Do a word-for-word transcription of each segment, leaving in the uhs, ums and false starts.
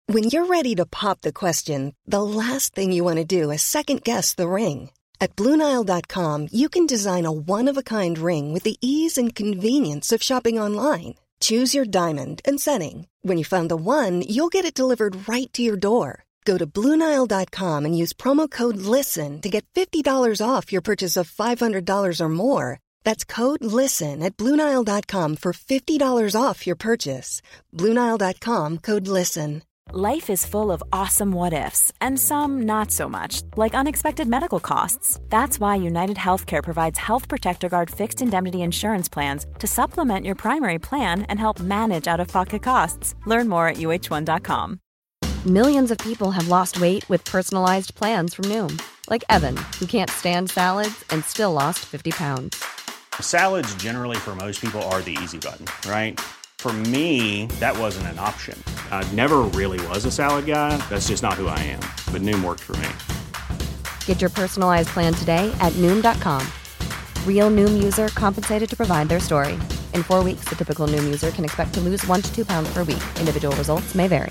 When you're ready to pop the question, the last thing you want to do is second-guess the ring. At Blue Nile dot com, you can design a one-of-a-kind ring with the ease and convenience of shopping online. Choose your diamond and setting. When you find the one, you'll get it delivered right to your door. Go to Blue Nile dot com and use promo code LISTEN to get fifty dollars off your purchase of five hundred dollars or more. That's code LISTEN at Blue Nile dot com for fifty dollars off your purchase. Blue Nile dot com, code LISTEN. Life is full of awesome what-ifs, and some not so much, like unexpected medical costs. That's why United Healthcare provides Health Protector Guard fixed indemnity insurance plans to supplement your primary plan and help manage out-of-pocket costs. Learn more at U H one dot com. Millions of people have lost weight with personalized plans from Noom. Like Evan, who can't stand salads and still lost fifty pounds. Salads generally for most people are the easy button, right? For me, that wasn't an option. I never really was a salad guy. That's just not who I am. But Noom worked for me. Get your personalized plan today at Noom dot com. Real Noom user compensated to provide their story. In four weeks, the typical Noom user can expect to lose one to two pounds per week. Individual results may vary.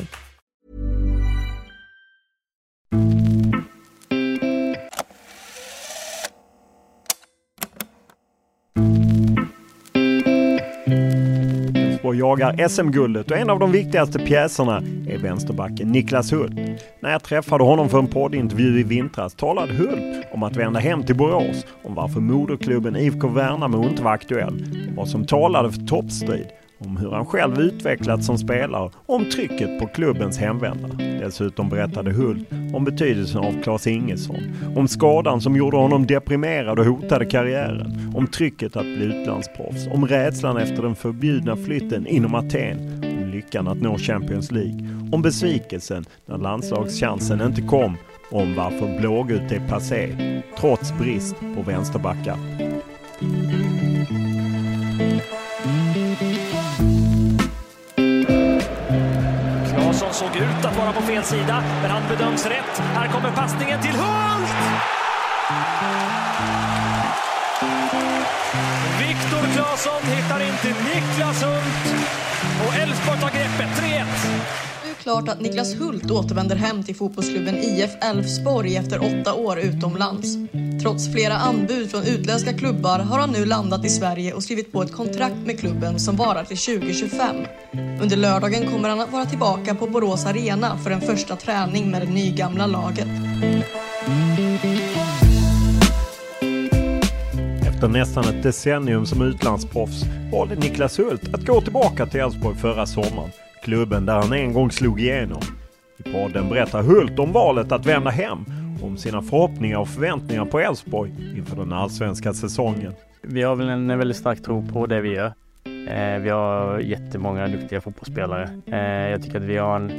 Och jagar S M-guldet, och en av de viktigaste pjäserna är vänsterbacken Niklas Hult. När jag träffade honom för en poddintervju i vintras talade Hult om att vända hem till Borås, om varför moderklubben I F K Värnamo inte var aktuell, om vad som talade för toppstrid, om hur han själv utvecklats som spelare, om trycket på klubbens hemvändare. Dessutom berättade Hult om betydelsen av Claes Ingesson, om skadan som gjorde honom deprimerad och hotade karriären, om trycket att bli utlandsproffs, om rädslan efter den förbjudna flytten inom Aten, om lyckan att nå Champions League, om besvikelsen när landslagschansen inte kom, om varför blågult är passé, trots brist på vänsterbackar. Såg ut att vara på fel sida, men han bedöms rätt. Här kommer passningen till Hult! Viktor Claesson hittar inte Niklas Hult. Och Elfsborg tar greppet, tre ett. Det är klart att Niklas Hult återvänder hem till fotbollsklubben I F Elfsborg efter åtta år utomlands. Trots flera anbud från utländska klubbar har han nu landat i Sverige och skrivit på ett kontrakt med klubben som varar till tjugo tjugofem. Under lördagen kommer han att vara tillbaka på Borås Arena för en första träning med det nygamla laget. Efter nästan ett decennium som utlandsproffs valde Niklas Hult att gå tillbaka till Elfsborg förra sommaren, klubben där han en gång slog igenom. I podden berättar Hult om valet att vända hem, om sina förhoppningar och förväntningar på Elfsborg inför den allsvenska säsongen. Vi har väl en väldigt stark tro på det vi gör. Eh, vi har jättemånga duktiga fotbollsspelare. Eh, jag tycker att vi har en,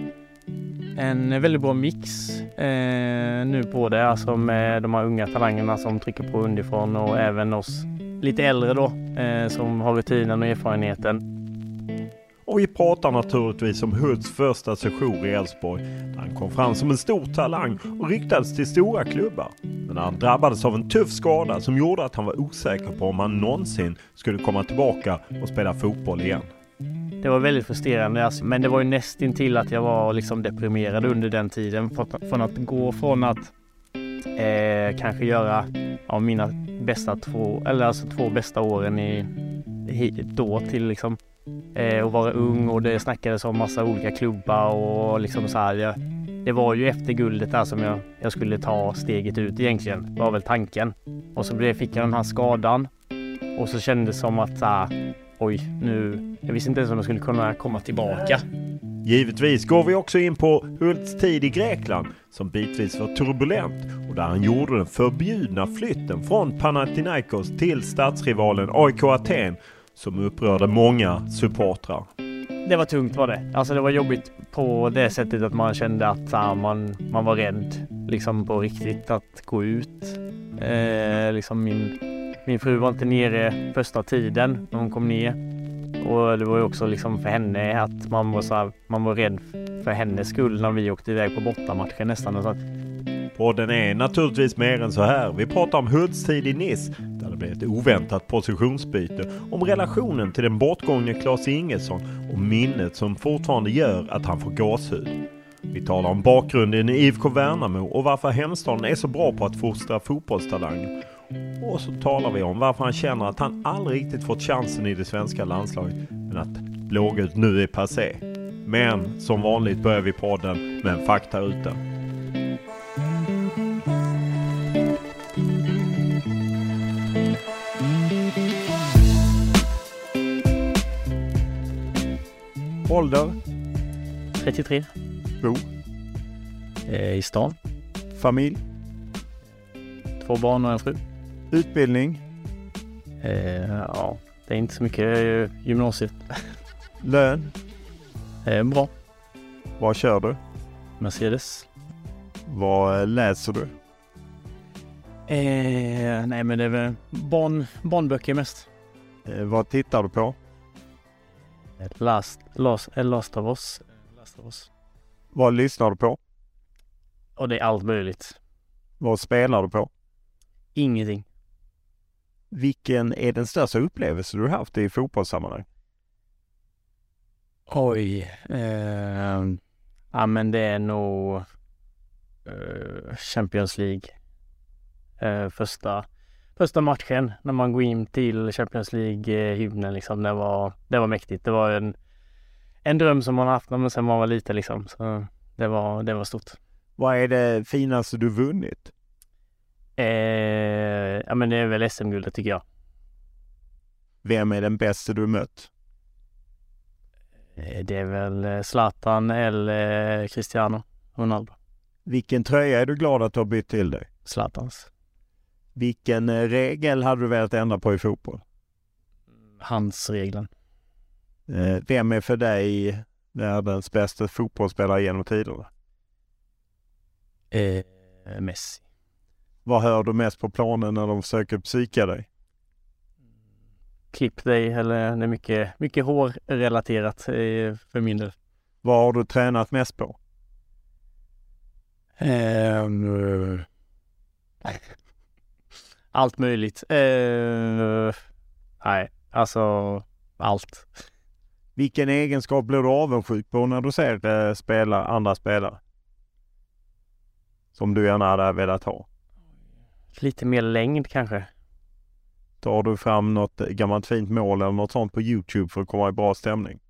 en väldigt bra mix eh, nu på det. Alltså med de här unga talangerna som trycker på underifrån och även oss lite äldre då eh, som har rutinen och erfarenheten. Och vi pratar naturligtvis om Hults första session i Elfsborg, där han kom fram som en stor talang och ryktades till stora klubbar. Men han drabbades av en tuff skada som gjorde att han var osäker på om han någonsin skulle komma tillbaka och spela fotboll igen. Det var väldigt frustrerande, alltså, men det var ju nästan till att jag var liksom deprimerad under den tiden. Från att gå från att eh, kanske göra ja, mina bästa två, eller alltså två bästa åren i, i då till liksom eh, att vara ung, och det snackades om massa olika klubbar och liksom så här. Jag, det var ju efter guldet där som jag, jag skulle ta steget ut egentligen, var väl tanken. Och så blev, fick jag den här skadan och så kändes det som att så här, oj, nu, jag visste inte ens om jag skulle kunna komma tillbaka. Givetvis går vi också in på Hults tid i Grekland, som bitvis var turbulent, och där han gjorde den förbjudna flytten från Panathinaikos till stadsrivalen A I K Aten, som upprörde många supportrar. Det var tungt var det. Alltså det var jobbigt på det sättet att man kände att så, man, man var rädd liksom på riktigt att gå ut. Eh, liksom min, min fru var inte nere första tiden när hon kom ner. Och det var ju också liksom för henne att man var, så här, man var rädd för hennes skull när vi åkte iväg på bortamatchen nästan. Och så att... Podden är naturligtvis mer än så här. Vi pratar om Hults tid i Nice, där det blev ett oväntat positionsbyte, om relationen till den bortgångne Claes Ingesson och minnet som fortfarande gör att han får gåshud. Vi talar om bakgrunden i I F K Värnamo och varför hemstaden är så bra på att fostra fotbollstalanger. Och så talar vi om varför han känner att han aldrig riktigt fått chansen i det svenska landslaget, men att blågult nu är passé. Men som vanligt börjar vi podden med en fakta ute. Ålder? trettiotre. Bo? Eh, I stan. Familj? Två barn och en fru. Utbildning? Eh, ja, det är inte så mycket eh, gymnasiet. Lön? Eh, bra. Vad kör du? Mercedes. Vad läser du? Eh, nej men det är väl barn, barnböcker mest. Eh, vad tittar du på? Last, last, last of us. Last of us. Vad lyssnar du på? Och det är allt möjligt. Vad spelar du på? Ingenting. Vilken är den största upplevelse du har haft i fotbollssammanhang? Oj. Eh, ja men det är nog eh, Champions League. Eh, första, första matchen när man går in till Champions League-hymnen liksom. Det var, det var mäktigt. Det var en, en dröm som man haft när man, sen man var lite liksom. Så det var, det var stort. Vad är det finaste du vunnit? Eh, ja men det är väl S M-guldet tycker jag. Vem är den bästa du mött? Eh, det är väl Zlatan eller Cristiano Ronaldo. Vilken tröja är du glad att du har bytt till dig? Zlatans. Vilken regel hade du velat ändra på i fotboll? Hans regeln. Eh, vem är för dig världens bästa fotbollsspelare genom tiderna? Eh, Messi. Vad hör du mest på planen när de försöker psyka dig? Klipp dig, eller det är mycket, mycket hårrelaterat eh, för min del. Vad har du tränat mest på? Eh, allt möjligt. Eh, nej, alltså allt. Vilken egenskap blir du avundsjuk på när du ser eh, spela, andra spelare? Som du gärna hade velat ha? Lite mer längd kanske. Tar du fram något gammalt fint mål eller något sånt på YouTube för att komma i bra stämning?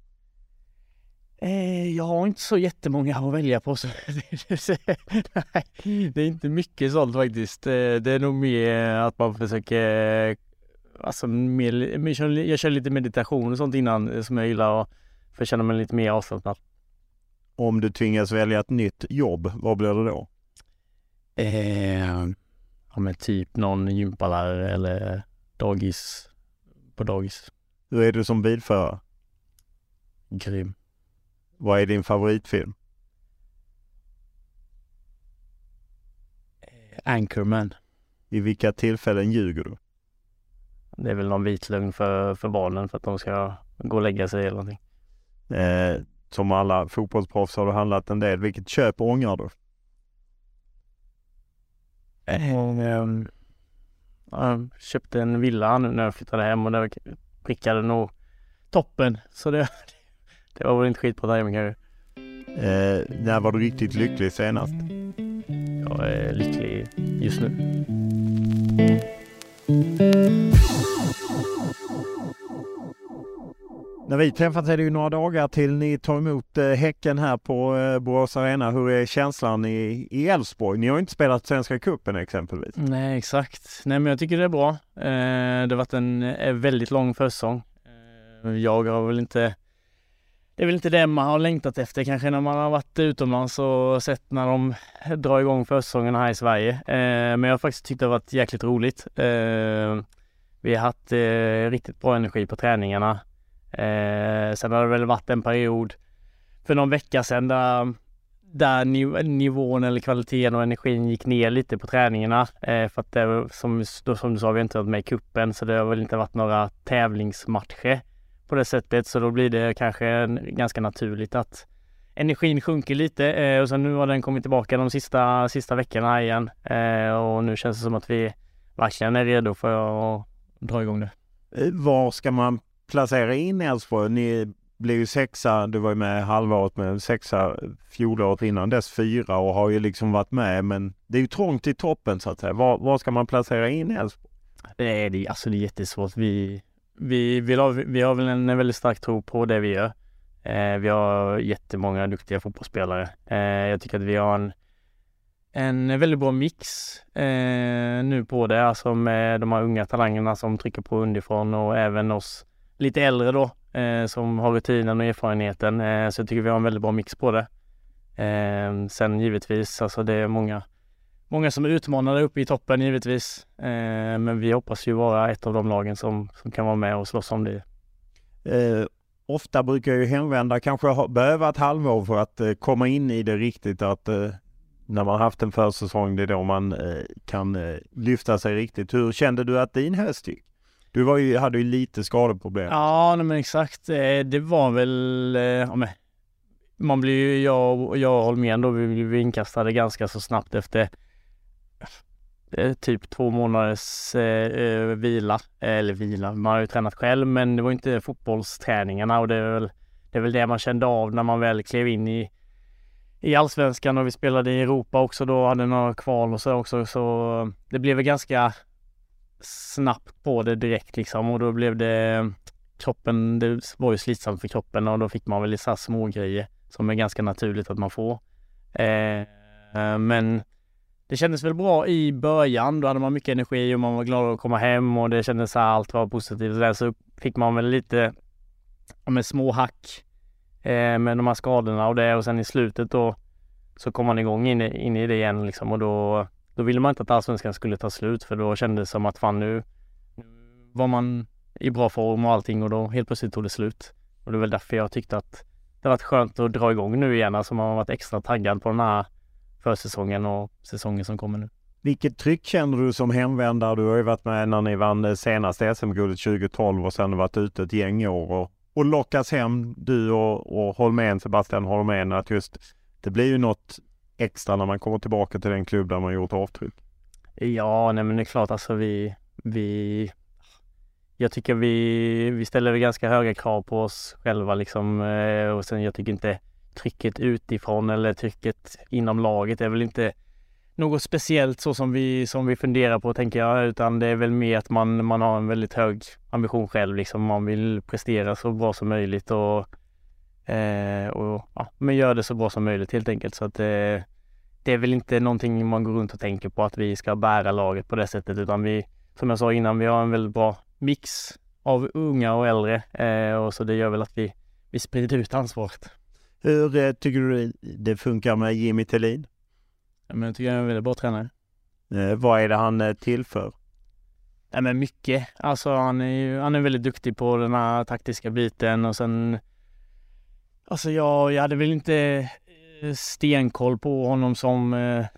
Eh, jag har inte så jättemånga att välja på. Så nej, det är inte mycket sånt faktiskt. Det är nog mer att man försöker... Alltså, mer, jag kör lite meditation och sånt innan som jag gillar och för att känna mig lite mer avslappnad. Om du tvingas välja ett nytt jobb, vad blir det då? Eh, ja, men typ någon gympalärare eller dagis på dagis. Hur är du som bilförare? Grym. Vad är din favoritfilm? Anchorman. I vilka tillfällen ljuger du? Det är väl någon vit lögn för, för barnen för att de ska gå och lägga sig eller någonting. Eh, som alla fotbollsproffs har du handlat en del. Vilket köp ångrar du? Um, jag köpte en villa nu när jag flyttade hem och där prickade nog toppen. Så det, det var väl inte skit på timing här. Eh, när var du riktigt lycklig senast? Jag är lycklig just nu. När vi träffats är det ju några dagar till ni tar emot eh, Häcken här på eh, Borås Arena. Hur är känslan i, i Elfsborg? Ni har inte spelat Svenska cupen exempelvis. Nej, exakt. Nej, men jag tycker det är bra. Eh, det har varit en eh, väldigt lång försäsong. Eh, jag har väl inte... Det är väl inte det man har längtat efter kanske när man har varit utomlands och sett när de drar igång försäsongen här i Sverige. Eh, men jag har faktiskt tyckt det har varit jäkligt roligt. Eh, vi har haft eh, riktigt bra energi på träningarna. Eh, sen har det väl varit en period för någon vecka sedan där, där niv- nivån eller kvaliteten och energin gick ner lite på träningarna. Eh, för att det, som, som du sa, vi har inte varit med i kuppen så det har väl inte varit några tävlingsmatcher på det sättet. Så då blir det kanske en, ganska naturligt att energin sjunker lite. Eh, och sen nu har den kommit tillbaka de sista, sista veckorna här igen. Eh, och nu känns det som att vi verkligen är redo för att dra igång det. Eh, var ska man placera in Elfsborg? Ni blev ju sexa, du var ju med halvåret med sexa fjolåret innan dess fyra och har ju liksom varit med, men det är ju trångt i toppen så att säga. Var, var ska man placera in i Elfsborg? Det är, det, alltså det är jättesvårt. Vi, vi, vi, har, vi har väl en väldigt stark tro på det vi gör. Eh, vi har jättemånga duktiga fotbollsspelare. Eh, jag tycker att vi har en, en väldigt bra mix eh, nu på det. Alltså med de här unga talangerna som trycker på underifrån och även oss lite äldre då. Eh, som har rutinen och erfarenheten. Eh, så jag tycker vi har en väldigt bra mix på det. Eh, sen givetvis, alltså det är många, många som är utmanade uppe i toppen givetvis. Eh, men vi hoppas ju vara ett av de lagen som, som kan vara med och slåss om det. Eh, ofta brukar ju hemvända kanske ha, behöva ett halvår för att eh, komma in i det riktigt. Att eh, när man haft en försäsong, det är då man eh, kan eh, lyfta sig riktigt. Hur kände du att din höst gick? Du var ju, hade ju lite skadeproblem. Ja, men exakt. Det var väl... Ja, men, man blir ju, jag och jag Holmén då, vi blev inkastade ganska så snabbt efter typ två månaders eh, vila. Eller vila, man har ju tränat själv, men det var inte fotbollsträningarna och det är väl det, är väl det man kände av när man väl klev in i, i Allsvenskan och vi spelade i Europa också då, hade några kval och så också. Så det blev väl ganska snabbt på det direkt liksom och då blev det kroppen, det var ju slitsamt för kroppen och då fick man väl lite så här små grejer som är ganska naturligt att man får. Eh, men det kändes väl bra i början, då hade man mycket energi och man var glad att komma hem och det kändes så här, allt var positivt. Där så fick man väl lite med små hack eh, med de här skadorna och det och sen i slutet då så kom man igång in i, in i det igen liksom och då Då ville man inte att Allsvenskan skulle ta slut för då kändes det som att fan nu var man i bra form och allting och då helt plötsligt tog det slut. Och det är väl därför jag tyckte att det var skönt att dra igång nu igen. Alltså man har varit extra taggad på den här försäsongen och säsongen som kommer nu. Vilket tryck känner du som hemvändare? Du har ju varit med när ni vann senaste S M-guldet tjugo tolv och sen varit ute ett gäng år och, och lockas hem, du och, och Holmén, Sebastian Holmén, att just det blir ju något extra när man kommer tillbaka till den klubb där man gjort avtryck. Ja, nej men det är klart alltså vi, vi jag tycker vi, vi ställer ganska höga krav på oss själva liksom och sen jag tycker inte trycket utifrån eller trycket inom laget är väl inte något speciellt så som vi, som vi funderar på tänker jag, utan det är väl mer att man, man har en väldigt hög ambition själv liksom, man vill prestera så bra som möjligt och Eh, och ja, men gör det så bra som möjligt helt enkelt så att eh, det är väl inte någonting man går runt och tänker på att vi ska bära laget på det sättet utan vi, som jag sa innan, vi har en väldigt bra mix av unga och äldre eh, och så det gör väl att vi, vi sprider ut ansvaret. Hur eh, tycker du det funkar med Jimmy Thelin? Ja, men jag tycker han är en väldigt bra tränare. Eh, vad är det han eh, tillför? Ja, men mycket, alltså han är ju, han är väldigt duktig på den här taktiska biten och sen Alltså jag, jag hade väl inte stenkoll på honom som,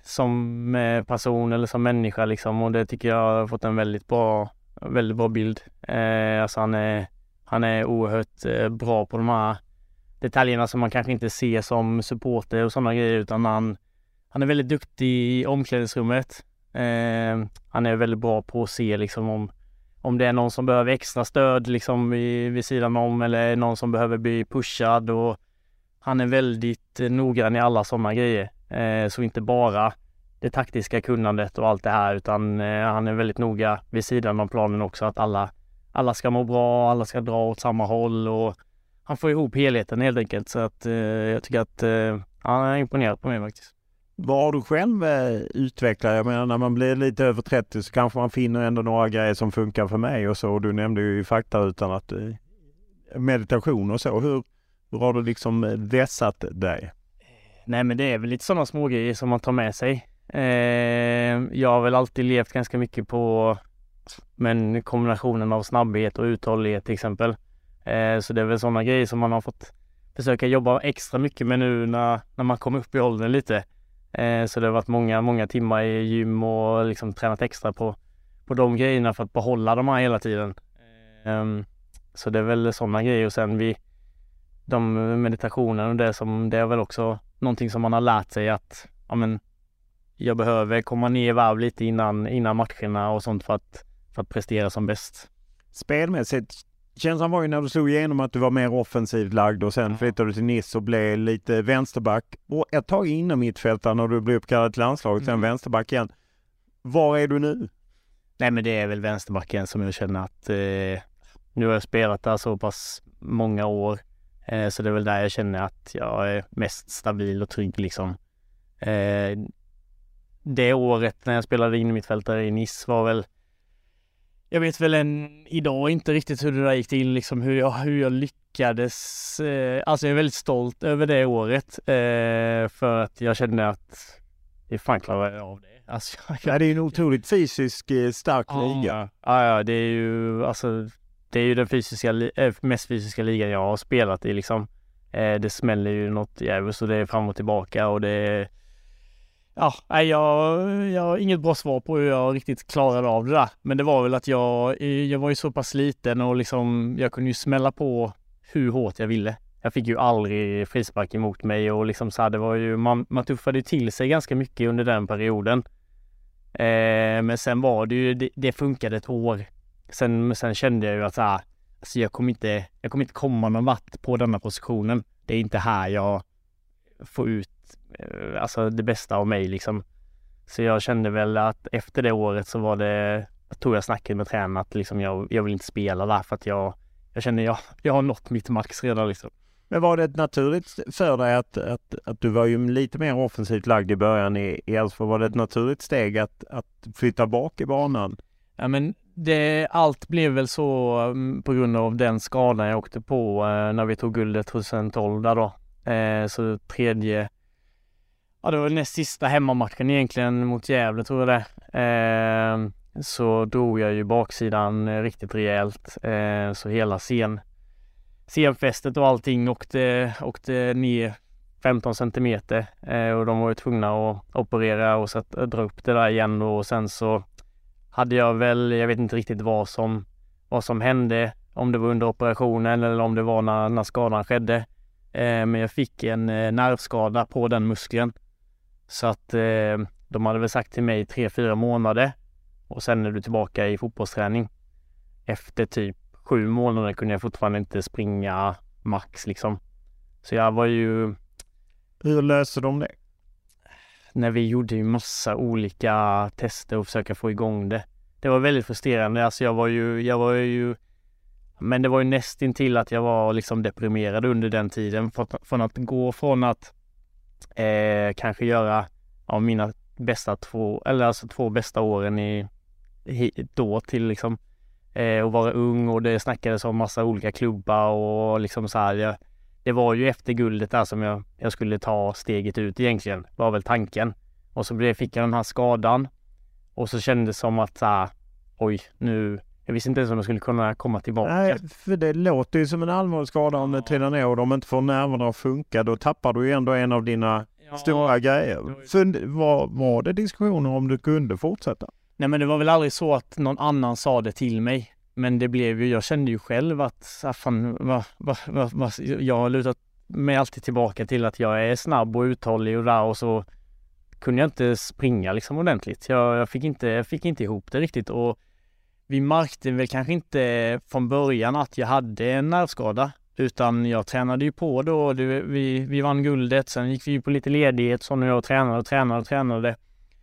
som person eller som människa liksom och det tycker jag har fått en väldigt bra, väldigt bra bild. Eh, alltså han är, han är oerhört bra på de här detaljerna som man kanske inte ser som supporter och sådana grejer utan han, han är väldigt duktig i omklädningsrummet. Eh, han är väldigt bra på att se liksom om Om det är någon som behöver extra stöd liksom vid, vid sidan om eller någon som behöver bli pushad och han är väldigt eh, noggrann i alla sådana grejer. Eh, så inte bara det taktiska kunnandet och allt det här utan eh, han är väldigt noga vid sidan av planen också att alla, alla ska må bra, alla ska dra åt samma håll och han får ihop helheten helt enkelt så att eh, jag tycker att eh, han är imponerad på mig faktiskt. Vad har du själv eh, utvecklat? Jag menar när man blir lite över trettio så kanske man finner ändå några grejer som funkar för mig och så. Du nämnde ju i fakta utan att eh, meditation och så. Hur, hur har du liksom vässat dig? Nej men det är väl lite sådana små grejer som man tar med sig. Eh, jag har väl alltid levt ganska mycket på men kombinationen av snabbhet och uthållighet till exempel. Eh, så det är väl sådana grejer som man har fått försöka jobba extra mycket med nu när, när man kommer upp i åldern lite. Eh, så det har varit många, många timmar i gym och liksom tränat extra på, på de grejerna för att behålla dem här hela tiden. Eh, så det är väl sådana grejer och sen vi, de meditationen och det som, det är väl också någonting som man har lärt sig att ja, men, jag behöver komma ner i varv lite innan, innan matcherna och sånt för att, för att prestera som bäst. Spelmässigt Känslan var ju när du slog igenom att du var mer offensivt lagd och sen ja. flyttade du till Nice och blev lite vänsterback. Och ett tag inom mittfältaren när du blev uppkallad till landslaget, sen mm. vänsterback igen. Var är du nu? Nej, men det är väl vänsterbacken som jag känner att eh, nu har jag spelat där så pass många år. Eh, så det är väl där jag känner att jag är mest stabil och trygg liksom. Eh, det året när jag spelade in i mittfältare i Nice var väl, jag vet väl än idag inte riktigt hur det där gick till, liksom hur jag, hur jag lyckades. Eh, alltså jag är väldigt stolt över det året eh, för att jag kände att det fan klarar jag av det. Alltså, jag, ja, det är ju en otroligt fysisk stark ja, liga. Ja, ja, det är ju alltså det är ju den fysiska, mest fysiska ligan jag har spelat i liksom. Eh, det smäller ju något jävligt så det är fram och tillbaka och det är, ja, jag, jag har inget bra svar på hur jag riktigt klarade av det där. Men det var väl att jag, jag var ju så pass liten och liksom jag kunde ju smälla på hur hårt jag ville. Jag fick ju aldrig frispark emot mig och liksom så här, det var ju, man, man tuffade till sig ganska mycket under den perioden. Eh, men sen var det ju, det, det funkade ett år. Sen, sen kände jag ju att så här, alltså jag kommer inte, jag kommer inte komma någon vart på denna positionen. Det är inte här jag får ut eh, alltså det bästa av mig liksom. Så jag kände väl att efter det året så var det, jag tror jag snackade med tränaren att liksom jag, jag vill inte spela där för att jag, jag känner jag, jag har nått mitt max redan liksom. Men var det naturligt för dig att, att, att du var ju lite mer offensivt lagd i början i Elfsborg? Var det ett naturligt steg att, att flytta bak i banan? Ja, men det, allt blev väl så um, på grund av den skadan jag åkte på uh, när vi tog guldet tjugohundratolv där då. Uh, så tredje, ja det var näst sista hemmamatchen egentligen mot Gävle tror jag det. Uh, så drog jag ju baksidan uh, riktigt rejält. Uh, så hela scen Scenfästet och allting åkte, åkte ner femton centimeter eh, och de var ju tvungna att operera och sätt, dra upp det där igen och sen så hade jag väl, jag vet inte riktigt vad som, vad som hände, om det var under operationen eller om det var när, när skadan skedde. Eh, men jag fick en eh, nervskada på den muskeln så att eh, de hade väl sagt till mig tre, fyra månader och sen är du tillbaka i fotbollsträning. Efter typ sju månader kunde jag fortfarande inte springa max liksom. Så jag var ju... Hur löste de det? När vi gjorde ju massa olika tester och försöka få igång det. Det var väldigt frustrerande. Alltså jag var ju... Jag var ju men det var ju nästan till att jag var liksom deprimerad under den tiden. Från, från att gå från att eh, kanske göra ja, mina bästa två... Eller alltså två bästa åren i, i då till liksom... och vara ung och det snackades om massa olika klubbar och liksom så här, jag, det var ju efter guldet där som jag, jag skulle ta steget ut egentligen, var väl tanken. Och så blev, fick jag den här skadan och så kändes det som att så här, oj, nu, jag visste inte ens om jag skulle kunna komma tillbaka. Nej, för det låter ju som en allvarlig skada om det trillar ner och de inte får nerverna att funka, då tappar du ju ändå en av dina ja, stora grejer. För var, var det diskussioner om du kunde fortsätta? Nej, men det var väl aldrig så att någon annan sa det till mig. Men det blev ju, jag kände ju själv att fan, va, va, va, va, jag har lutat mig alltid tillbaka till att jag är snabb och uthållig och där och så kunde jag inte springa liksom ordentligt. Jag, jag, fick inte, jag fick inte ihop det riktigt och vi märkte väl kanske inte från början att jag hade en nervskada utan jag tränade ju på då. Det, vi, vi vann guldet, sen gick vi på lite ledighet så nu jag tränade och tränade och tränade.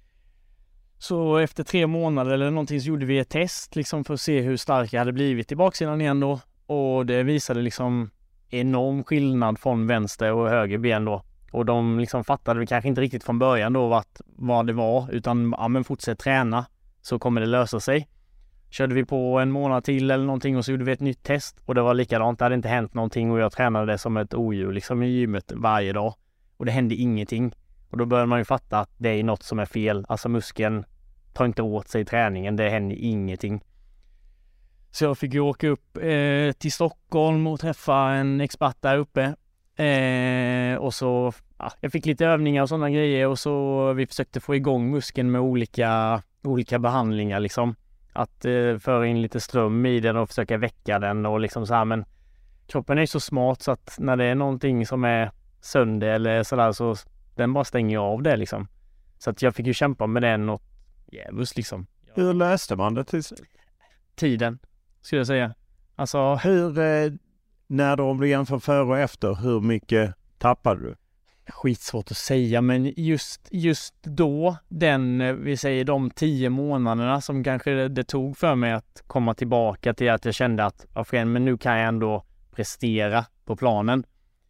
Så efter tre månader eller någonting så gjorde vi ett test liksom för att se hur stark jag hade blivit i baksidan igen då. Och det visade liksom enorm skillnad från vänster och höger ben då. Och de liksom fattade vi kanske inte riktigt från början då vad, vad det var. Utan ja, men fortsätt träna så kommer det lösa sig. Körde vi på en månad till eller någonting och så gjorde vi ett nytt test. Och det var likadant, det hade inte hänt någonting och jag tränade det som ett odjur liksom i gymmet varje dag. Och det hände ingenting. Och då börjar man ju fatta att det är något som är fel. Alltså muskeln tar inte åt sig i träningen. Det händer ingenting. Så jag fick ju åka upp eh, till Stockholm och träffa en expert där uppe. Eh, och så, ja, jag fick lite övningar och sådana grejer. Och så vi försökte få igång muskeln med olika, olika behandlingar liksom. Att eh, föra in lite ström i den och försöka väcka den och liksom så här. Men kroppen är så smart så att när det är någonting som är sönder eller sådär så den bara stänger av det liksom. Så att jag fick ju kämpa med den och jävus liksom. Hur löste man det till sig? Tiden, skulle jag säga. Alltså, Hur, eh, när du, om du jämför före och efter, hur mycket tappade du? skitsvårt att säga, men just, just då, den, eh, vi säger de tio månaderna som kanske det, det tog för mig att komma tillbaka till att jag kände att ja, men nu kan jag ändå prestera på planen.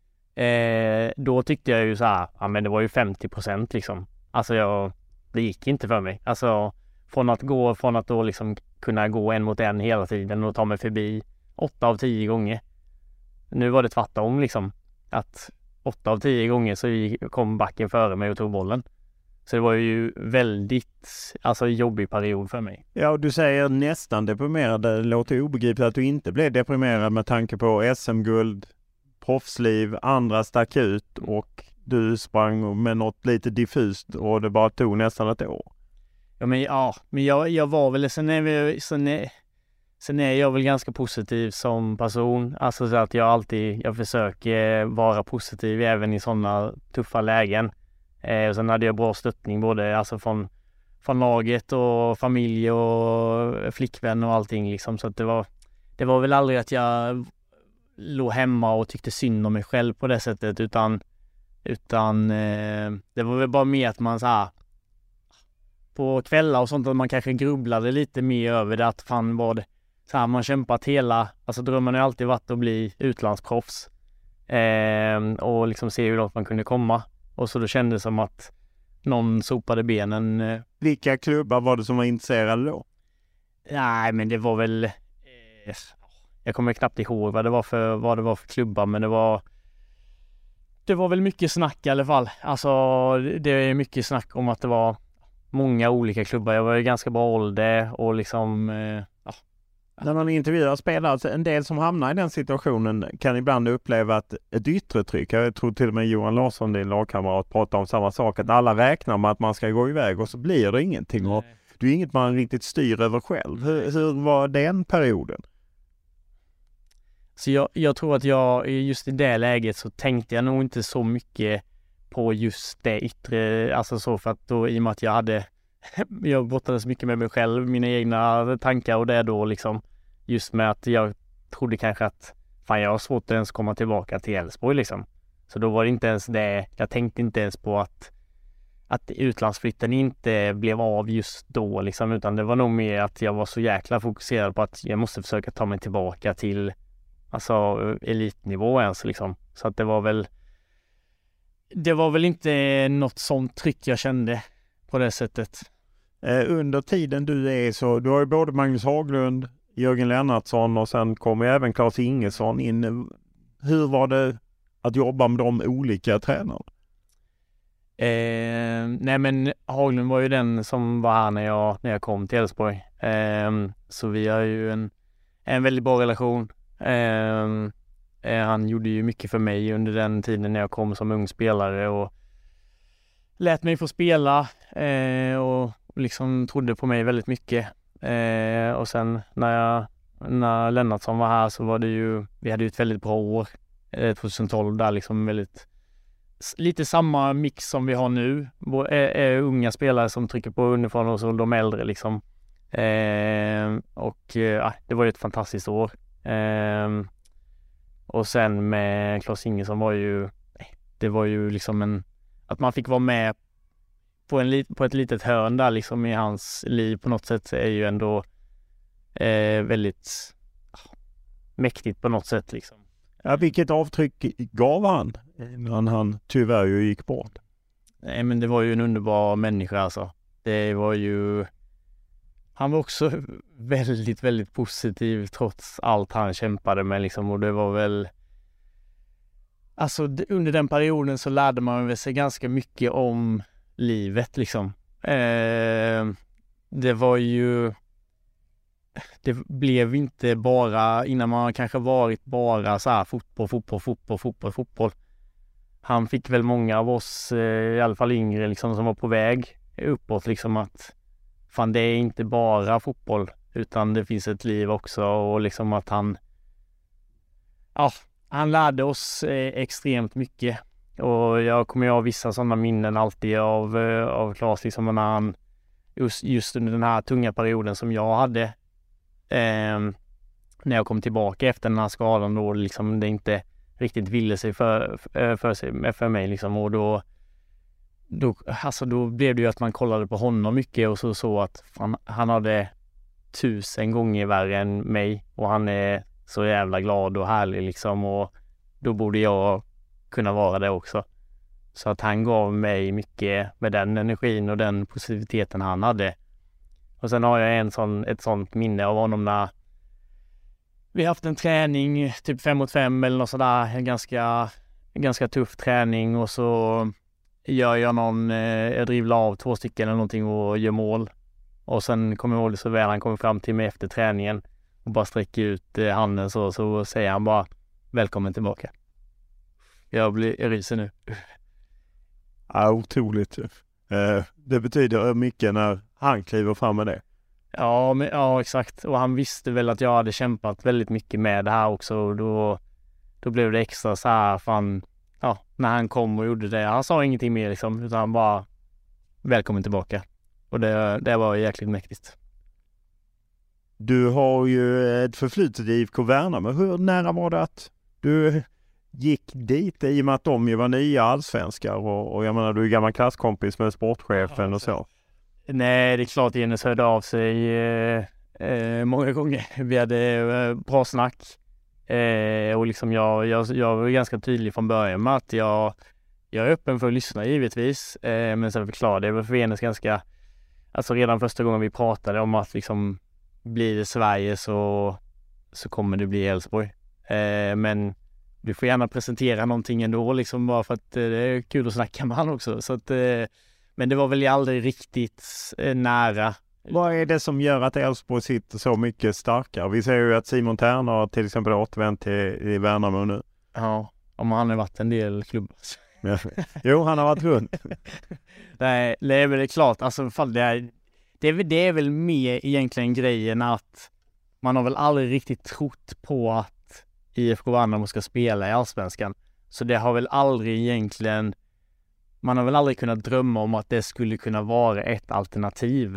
Eh, då tyckte jag ju så här, ja men det var ju femtio procent liksom. Alltså jag, det gick inte för mig. Alltså från att gå, från att då liksom kunna gå en mot en hela tiden och ta mig förbi åtta av tio gånger. Nu var det tvärtom liksom. Att åtta av tio gånger så gick, kom backen före mig och tog bollen. Så det var ju väldigt, alltså jobbig period för mig. Ja, och du säger nästan deprimerad. Det låter obegripligt att du inte blev deprimerad med tanke på S M-guld, proffsliv, andra stack ut och du sprang med något lite diffust och det bara tog nästan ett år. Ja, men, ja, men jag, jag var väl, sen är, vi, sen, är, sen är jag väl ganska positiv som person. Alltså så att jag alltid, jag försöker vara positiv även i sådana tuffa lägen. Eh, och sen hade jag bra stöttning både alltså från, från laget och familj och flickvän och allting liksom. Så att det var, det var väl aldrig att jag låg hemma och tyckte synd om mig själv på det sättet, utan, utan eh, det var väl bara mer att man så här, på kvällar och sånt att man kanske grubblade lite mer över det, att fan var det så här, man kämpat hela, alltså drömmen har alltid varit att bli utlandsproffs eh, och liksom se hur långt man kunde komma, och så då kändes det som att någon sopade benen. Eh. Vilka klubbar var det som var intresserade då? Nej, men det var väl eh, jag kommer knappt ihåg vad det var för, vad det var för klubbar, men det var det var väl mycket snack i alla fall. Alltså det är mycket snack om att det var många olika klubbar. Jag var i ganska bra ålder och liksom eh, ja. När man intervjuar spelare, alltså en del som hamnar i den situationen kan ibland uppleva att ett yttre tryck. Jag tror till och med Johan Larsson, din lagkamrat, pratar om samma sak. Att alla räknar med att man ska gå iväg och så blir det ingenting. Och det är inget man riktigt styr över själv. Hur, hur var den perioden? Så jag, jag tror att jag just i det läget så tänkte jag nog inte så mycket på just det yttre, alltså så, för att då i och med att jag hade jag brottades mycket med mig själv, mina egna tankar och det då liksom, just med att jag trodde kanske att fan, jag har svårt att ens komma tillbaka till Elfsborg liksom. Så då var det inte ens det, jag tänkte inte ens på att att utlandsflytten inte blev av just då liksom, utan det var nog mer att jag var så jäkla fokuserad på att jag måste försöka ta mig tillbaka till alltså elitnivå ens liksom. Så att det var väl det var väl inte något sånt tryck jag kände på det sättet. Eh, under tiden du är så, du har ju både Magnus Haglund, Jörgen Lennartsson och sen kommer även Claes Ingesson in. Hur var det att jobba med de olika tränarna? Eh, nej men Haglund var ju den som var här när jag, när jag kom till Elfsborg. Eh, så vi har ju en, en väldigt bra relation. Eh, eh, han gjorde ju mycket för mig under den tiden när jag kom som ung spelare och lät mig få spela eh, och liksom trodde på mig väldigt mycket. Eh, och sen när, jag, när Lennartsson var här så var det ju, vi hade ju ett väldigt bra år. Eh, tjugohundratolv där liksom väldigt lite samma mix som vi har nu. Är, är unga spelare som trycker på underifrån och så de äldre liksom. Eh, och eh, det var ju ett fantastiskt år. Eh, och sen med Claes Ingesson var ju det var ju liksom en att man fick vara med på, en, på ett litet hörn där liksom i hans liv på något sätt är ju ändå eh, väldigt ah, mäktigt på något sätt liksom. Ja, vilket avtryck gav han när han tyvärr ju gick bort? Nej, men det var ju en underbar människa alltså. Det var ju han var också väldigt, väldigt positiv trots allt han kämpade med liksom, och det var väl alltså under den perioden så lärde man väl sig ganska mycket om livet liksom. Eh, det var ju det blev inte bara innan man kanske varit bara så här fotboll, fotboll, fotboll, fotboll, fotboll. Han fick väl många av oss, eh, i alla fall yngre liksom, som var på väg uppåt liksom, att fan, det är inte bara fotboll utan det finns ett liv också, och liksom att han ja, han lärde oss eh, extremt mycket, och jag kommer ju ha vissa sådana minnen alltid av, eh, av Claes liksom, när han just, just under den här tunga perioden som jag hade eh, när jag kom tillbaka efter den här skadan då liksom det inte riktigt ville sig för, för, sig, för mig liksom. Och då, då, alltså då blev det ju att man kollade på honom mycket och så, så att fan, han hade tusen gånger värre än mig och han är så jävla glad och härlig liksom, och då borde jag kunna vara det också. Så att han gav mig mycket med den energin och den positiviteten han hade. Och sen har jag en sån, ett sånt minne av honom när vi haft en träning typ fem mot fem eller något sådär, en ganska, en ganska tuff träning, och så gör jag någon, eh, jag drivlar av två stycken eller någonting och gör mål. Och sen kommer jag ihåg det så väl, han kommer fram till mig efter träningen och bara sträcker ut eh, handen så, så säger han bara välkommen tillbaka. Jag blir jag ryser nu. Ja, otroligt. Eh, det betyder mycket när han kliver fram med det. Ja, men, ja, exakt. Och han visste väl att jag hade kämpat väldigt mycket med det här också. Och då, då blev det extra så här, fan, ja, när han kom och gjorde det. Han sa ingenting mer liksom, utan han bara välkommen tillbaka. Och det, det var jäkligt mäktigt. Du har ju ett förflutet i I F K Värnamo. Hur nära var det att du gick dit i och med att de ju var nya allsvenskar? Och, och jag menar, du är gammal klasskompis med sportchefen ja, och så. Nej, det är klart Jennes hörde av sig eh, eh, många gånger. Vi hade eh, bra snack. Eh, och liksom jag, jag, jag var ganska tydlig från början med att jag, jag är öppen för att lyssna givetvis. Eh, men sen förklarade jag för Jennes ganska, alltså redan första gången vi pratade om att liksom blir det Sverige så, så kommer det bli Elfsborg. Eh, men du får gärna presentera någonting ändå liksom, bara för att eh, det är kul att snacka med han också. Så att, eh, men det var väl aldrig riktigt eh, nära. Vad är det som gör att Elfsborg sitter så mycket starkare? Vi ser ju att Simon Tern har till exempel återvänt till i Värnamo nu. Ja, om han har varit en del klubbar. Jo, han har varit runt. Nej, det är väl klart. Alltså, fall det, är, det, är, det är väl mer egentligen grejen att man har väl aldrig riktigt trott på att I F K Värnamo ska spela i Allsvenskan. Så det har väl aldrig egentligen, man har väl aldrig kunnat drömma om att det skulle kunna vara ett alternativ.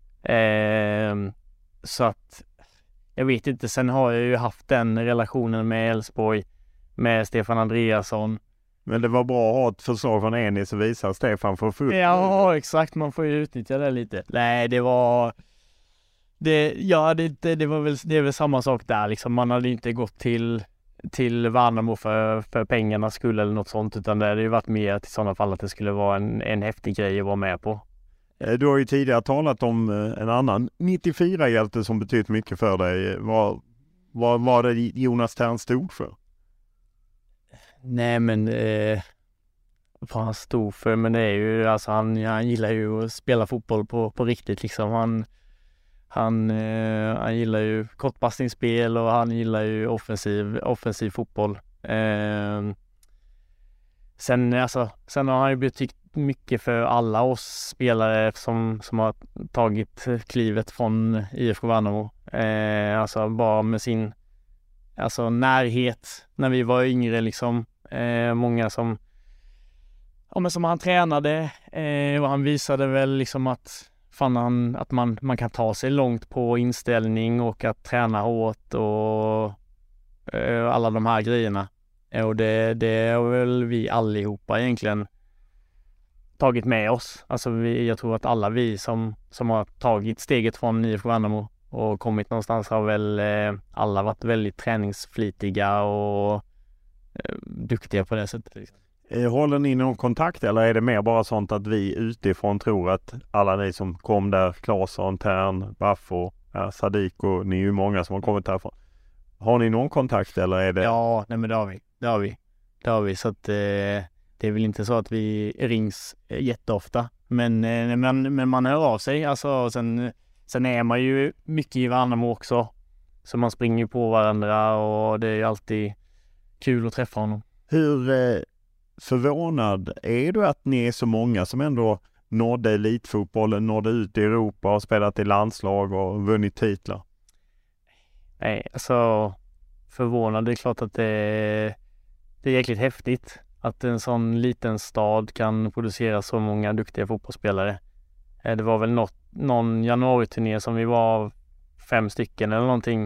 Eh, så att jag vet inte, sen har jag ju haft den relationen med Elfsborg, med Stefan Andreasson. Men det var bra att ha ett förslag från Enis och visa Stefan för fullt. Ja, exakt, man får ju utnyttja det lite. Nej, det var det, ja, det, det, det var väl, det är väl samma sak där liksom. Man hade inte gått till till Värnamo för, för pengarnas skull eller något sånt, utan det hade ju varit mer till sådana fall att det skulle vara en, en häftig grej att vara med på. Du har ju tidigare talat om en annan nittiofyra-hjälte som betytt mycket för dig. Vad, vad var det Jonas Tern stod för? Nej, men eh, vad han stod för, men det är ju, alltså han, han gillar ju att spela fotboll på, på riktigt liksom. Han, han, eh, han gillar ju kortpassningsspel och han gillar ju offensiv, offensiv fotboll. Eh, sen, alltså, sen har han ju betytt mycket för alla oss spelare som, som har tagit klivet från I F K Värnamo. Eh, alltså bara med sin alltså närhet när vi var yngre liksom. Eh, många som ja, men som han tränade eh, och han visade väl liksom att fan han, att man, man kan ta sig långt på inställning och att träna hårt och eh, alla de här grejerna. Eh, och det, det är väl vi allihopa egentligen tagit med oss. Alltså vi, jag tror att alla vi som, som har tagit steget från I F K Värnamo och kommit någonstans har väl eh, alla varit väldigt träningsflitiga och eh, duktiga på det sättet. Liksom. Håller ni någon kontakt eller är det mer bara sånt att vi utifrån tror att alla ni som kom där, Claesson, Tern, Baffo, ja, Sadik och ni är ju många som har kommit härifrån. Har ni någon kontakt eller är det? Ja, nej men det har vi. Det har vi. Det har vi så att eh, det är väl inte så att vi rings jätteofta. Men, eh, men, men man hör av sig. Alltså, sen, sen är man ju mycket i Värnamo också. Så man springer på varandra och det är alltid kul att träffa honom. Hur eh, förvånad är du att ni är så många som ändå nådde elitfotbollen, nådde ut i Europa och spelat i landslag och vunnit titlar? Nej, alltså förvånad. Det är klart att det är, det är jäkligt häftigt att en sån liten stad kan producera så många duktiga fotbollsspelare. Det var väl något, någon januariturné som vi var fem stycken eller någonting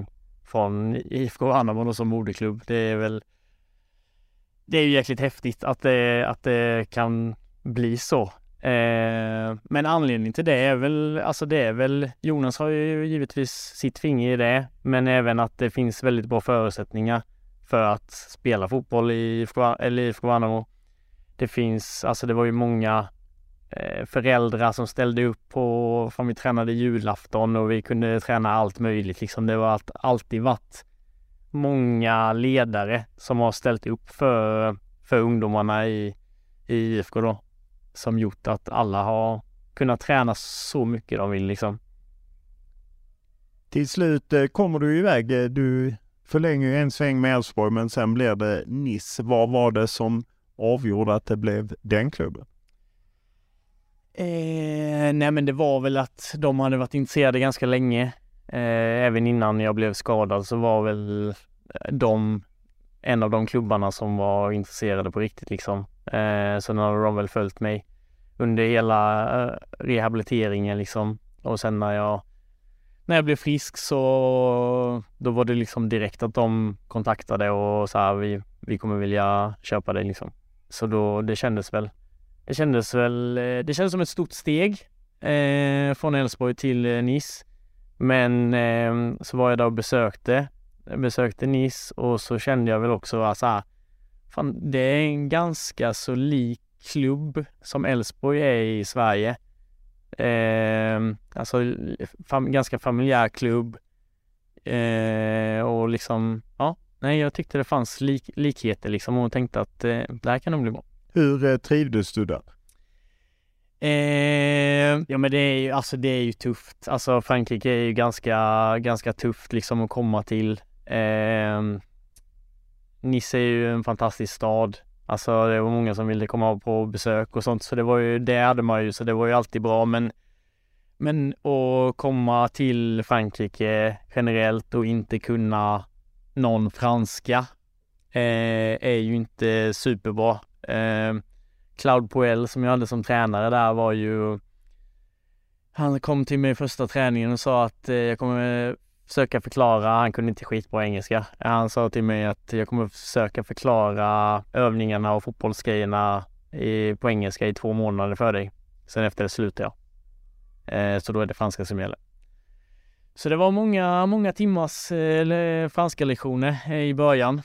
från I F K Värnamo som moderklubb. Det är väl det är ju jäkligt häftigt att det, att det kan bli så. Eh, men anledningen till det är väl, alltså det är väl, Jonas har ju givetvis sitt finger i det, men även att det finns väldigt bra förutsättningar för att spela fotboll i I F K, eller I F K Värnamo. Det finns, alltså det var ju många eh, föräldrar som ställde upp på, för vi tränade julafton och vi kunde träna allt möjligt liksom. Det var allt, alltid varit många ledare som har ställt upp för, för ungdomarna i, i I F K då, som gjort att alla har kunnat träna så mycket de vill liksom. Till slut eh, kommer du iväg, du förlänger ju en sväng med Elfsborg, men sen blev det Nice. Vad var det som avgjorde att det blev den klubben? Eh, nej men det var väl att de hade varit intresserade ganska länge. Eh, även innan jag blev skadad så var väl de en av de klubbarna som var intresserade på riktigt liksom. Eh, så nu har de väl följt mig under hela eh, rehabiliteringen liksom. Och sen när jag när jag blev frisk så då var det liksom direkt att de kontaktade och sa vi, vi kommer vilja köpa dig liksom. Så då det kändes väl det kändes väl det kändes som ett stort steg eh, från Elfsborg till eh, Nice. Men eh, så var jag där och besökte besökte Nice och så kände jag väl också att så här, fan, det är en ganska så lik klubb som Elfsborg är i Sverige. Eh, alltså fam, ganska familjär klubb eh, och liksom ja, nej jag tyckte det fanns lik, likheter liksom och tänkte att eh, det här kan nog bli bra. Hur eh, trivdes du där? Eh, ja men det är ju alltså det är ju tufft. Alltså Frankrike är ju ganska ganska tufft liksom att komma till. Eh, Nice är ju en fantastisk stad. Alltså det var många som ville komma på besök och sånt, så det var ju det hade man ju, så det var ju alltid bra, men men att komma till Frankrike generellt och inte kunna någon franska eh, är ju inte superbra. Eh, Claude Puel som jag hade som tränare där var ju, han kom till mig i första träningen och sa att eh, jag kommer försöka förklara, han kunde inte skitbra engelska. Han sa till mig att jag kommer försöka förklara övningarna och fotbollsgrejerna i, på engelska i två månader för dig. Sen efter det slutar jag. Eh, så då är det franska som gäller. Så det var många, många timmars eh, franska lektioner i början.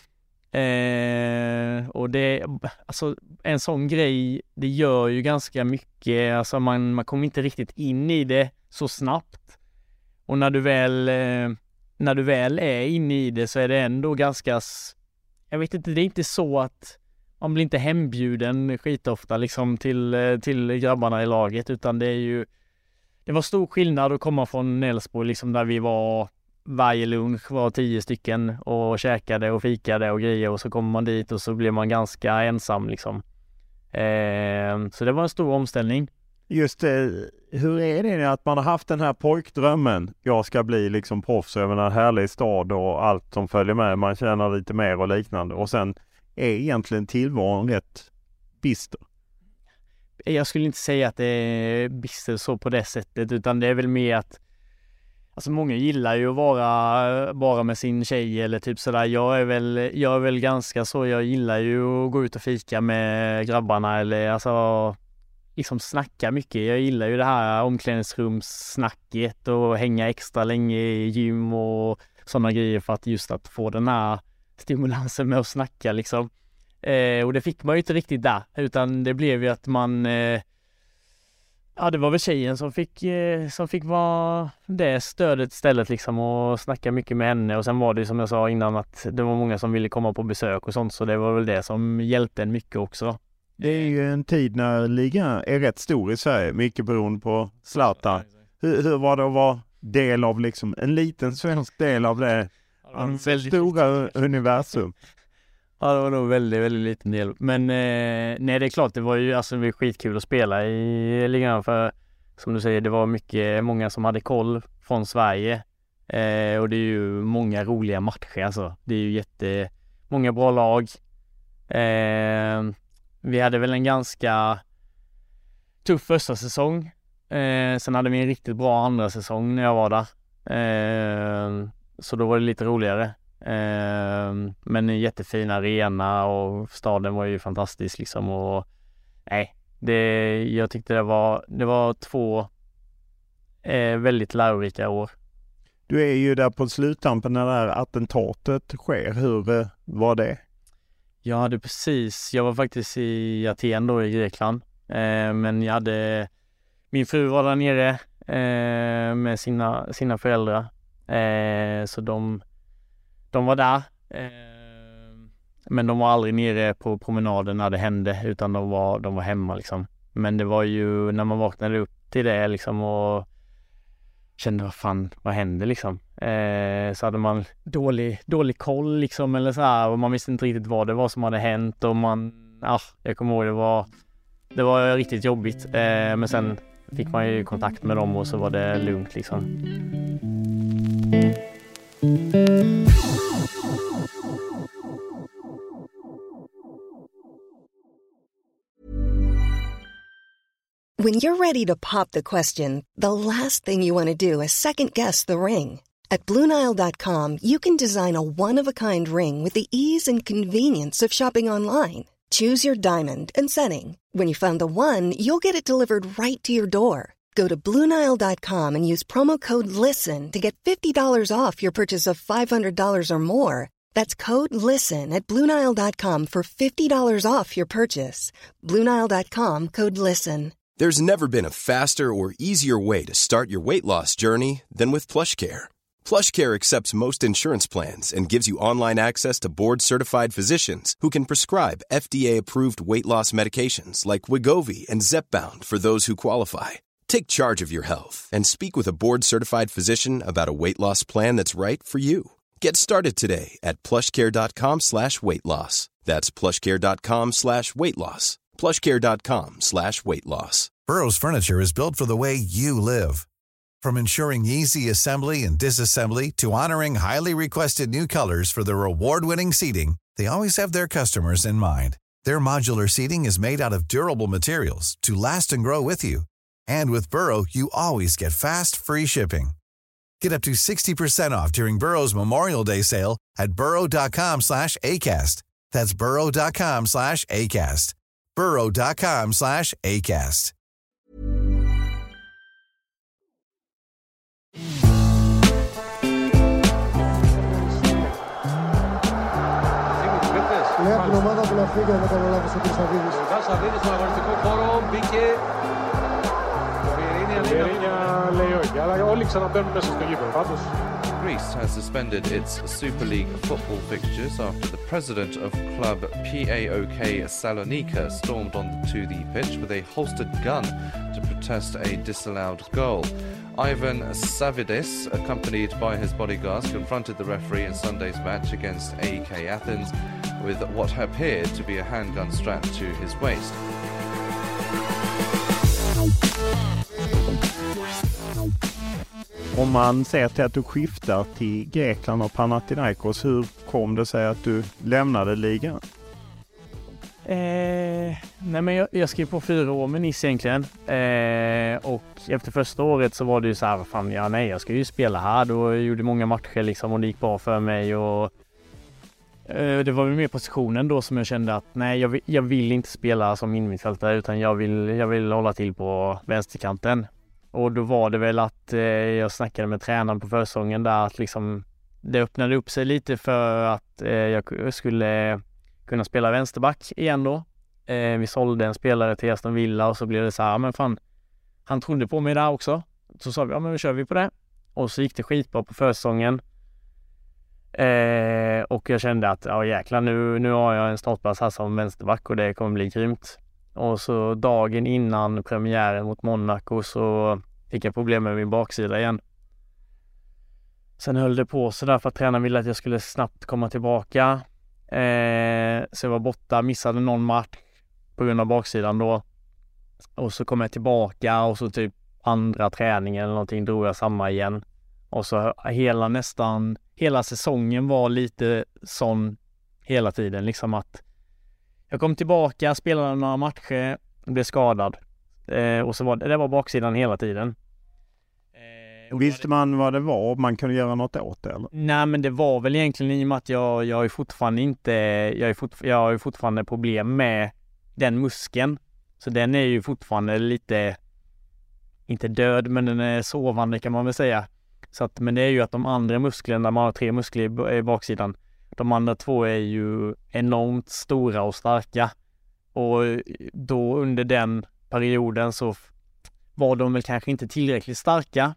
Eh, och det, alltså en sån grej, det gör ju ganska mycket. Alltså man, man kommer inte riktigt in i det så snabbt. Och när du väl eh, när du väl är inne i det så är det ändå ganska, jag vet inte, det är inte så att man blir inte hembjuden skitofta liksom till, till grabbarna i laget, utan det är ju, det var stor skillnad att komma från Elfsborg liksom, där vi var varje lunch var tio stycken och käkade och fikade och grejer, och så kommer man dit och så blir man ganska ensam liksom. Eh, så det var en stor omställning. Just det, hur är det att man har haft den här pojkdrömmen, jag ska bli liksom proffs över en härlig stad och allt som följer med, man tjänar lite mer och liknande, och sen är egentligen tillvaron rätt bister? Jag skulle inte säga att det är bister så på det sättet, utan det är väl mer att alltså många gillar ju att vara bara med sin tjej eller typ sådär. Jag är väl, jag är väl ganska så, jag gillar ju att gå ut och fika med grabbarna eller alltså liksom snacka mycket. Jag gillar ju det här omklädningsrumssnacket och hänga extra länge i gym och sådana grejer för att just att få den här stimulansen med att snacka liksom. Eh, och det fick man ju inte riktigt där, utan det blev ju att man eh, ja, det var väl tjejen som fick eh, som fick vara det stödet istället liksom, och snacka mycket med henne. Och sen var det som jag sa innan att det var många som ville komma på besök och sånt, så det var väl det som hjälpte en mycket också. Det är ju en tid när ligan är rätt stor i Sverige, mycket beroende på Zlatan. Hur, hur var det att vara del av liksom en liten svensk del av det, ja, det stora universum? Ja, det var nog väldigt, väldigt liten del. Men eh, nej, det är klart, det var ju alltså, det var skitkul att spela i ligan, för som du säger, det var mycket, många som hade koll från Sverige. Eh, och det är ju många roliga matcher alltså. Det är ju jätte, många bra lag. Eh, vi hade väl en ganska tuff första säsong. Eh, sen hade vi en riktigt bra andra säsong när jag var där. Eh, så då var det lite roligare. Eh, men en jättefin arena och staden var ju fantastisk liksom. Och nej, det, jag tyckte det var, det var två eh, väldigt lärorika år. Du är ju där på sluttampen när det här attentatet sker. Hur var det? Jag hade precis, jag var faktiskt i Aten då i Grekland. Eh, men jag hade, min fru var där nere eh, med sina, sina föräldrar. Eh, så de, de var där. Eh, men de var aldrig nere på promenaden när det hände, utan de var, de var hemma liksom. Men det var ju när man vaknade upp till det liksom och kände vad fan, vad hände liksom. Eh, så hade man dålig, dålig koll liksom eller så här, och man visste inte riktigt vad det var som hade hänt och man, ja, jag kommer ihåg det var, det var riktigt jobbigt. Eh, men sen fick man ju kontakt med dem och så var det lugnt liksom. When you're ready to pop the question, the last thing you want to do is second-guess the ring. At Blue Nile dot com, you can design a one-of-a-kind ring with the ease and convenience of shopping online. Choose your diamond and setting. When you find the one, you'll get it delivered right to your door. Go to Blue Nile dot com and use promo code LISTEN to get fifty dollars off your purchase of five hundred dollars or more. That's code LISTEN at Blue Nile dot com for fifty dollars off your purchase. Blue Nile dot com, code LISTEN. There's never been a faster or easier way to start your weight loss journey than with PlushCare. PlushCare accepts most insurance plans and gives you online access to board-certified physicians who can prescribe F D A-approved weight loss medications like Wegovy and Zepbound for those who qualify. Take charge of your health and speak with a board-certified physician about a weight loss plan that's right for you. Get started today at plushcare.com slash weight loss. That's plushcare.com slash weight loss. plushcare.com slash weight loss. Burrow's furniture is built for the way you live. From ensuring easy assembly and disassembly to honoring highly requested new colors for their award-winning seating, they always have their customers in mind. Their modular seating is made out of durable materials to last and grow with you. And with Burrow, you always get fast, free shipping. Get up to sixty percent off during Burrow's Memorial Day sale at burrow.com slash ACAST. That's burrow.com slash ACAST. burrow.com slash ACAST. Λέει από την ομάδα που να φύγει αν δεν κάνω λάθος ο Χρυσαβίδης. Ο Χρυσαβίδης στον αγωνιστικό χώρο μπήκε. Ο Βιερίνια λέει όχι, αλλά όλοι ξαναμπαίνουν μέσα στο γήπεδο. Πάντως. Greece has suspended its Super League football fixtures after the president of club P A O K Salonika stormed onto the pitch with a holstered gun to protest a disallowed goal. Ivan Savidis, accompanied by his bodyguards, confronted the referee in Sunday's match against A E K Athens with what appeared to be a handgun strapped to his waist. Om man ser till att du skiftar till Grekland och Panathinaikos, hur kom det sig att du lämnade ligan? Eh, nej men jag, jag skrev på fyra år med Nice egentligen. Eh, och efter första året så var det ju så här, fan ja nej jag ska ju spela här. Då jag gjorde många matcher liksom och det gick bra för mig. Och eh, det var ju mer positionen då som jag kände att nej jag vill, jag vill inte spela som innermittfältare utan jag vill, jag vill hålla till på vänsterkanten. Och då var det väl att eh, jag snackade med tränaren på försäsongen där att liksom det öppnade upp sig lite för att eh, jag skulle kunna spela vänsterback igen då. Eh, vi sålde en spelare till Aston Villa och så blev det så här, men fan, han trodde på mig där också. Så sa vi, ja men då kör vi på det. Och så gick det skitbra på försäsongen. Eh, och jag kände att, ja jäklar, nu, nu har jag en startplats här som vänsterback och det kommer bli grymt. Och så dagen innan premiären mot Monaco så fick jag problem med min baksida igen. Sen höll det på så där för att tränaren ville att jag skulle snabbt komma tillbaka. Eh, så jag var borta, missade någon match på grund av baksidan då. Och så kom jag tillbaka och så typ andra träningen eller någonting drog jag samma igen. Och så hela nästan, hela säsongen var lite sån hela tiden liksom att jag kom tillbaka, spelade några matcher, blev skadad. Eh, och så var det, det var baksidan hela tiden. Eh, Visste man vad det var? Man kunde göra något åt det, eller? Nej, men det var väl egentligen i och med att jag, jag är fortfarande inte, jag är, fort, jag har ju fortfarande problem med den muskeln. Så den är ju fortfarande lite, inte död, men den är sovande kan man väl säga. Så att, men det är ju att de andra musklerna, man har tre muskler i baksidan. De andra två är ju enormt stora och starka. Och då under den perioden så var de väl kanske inte tillräckligt starka.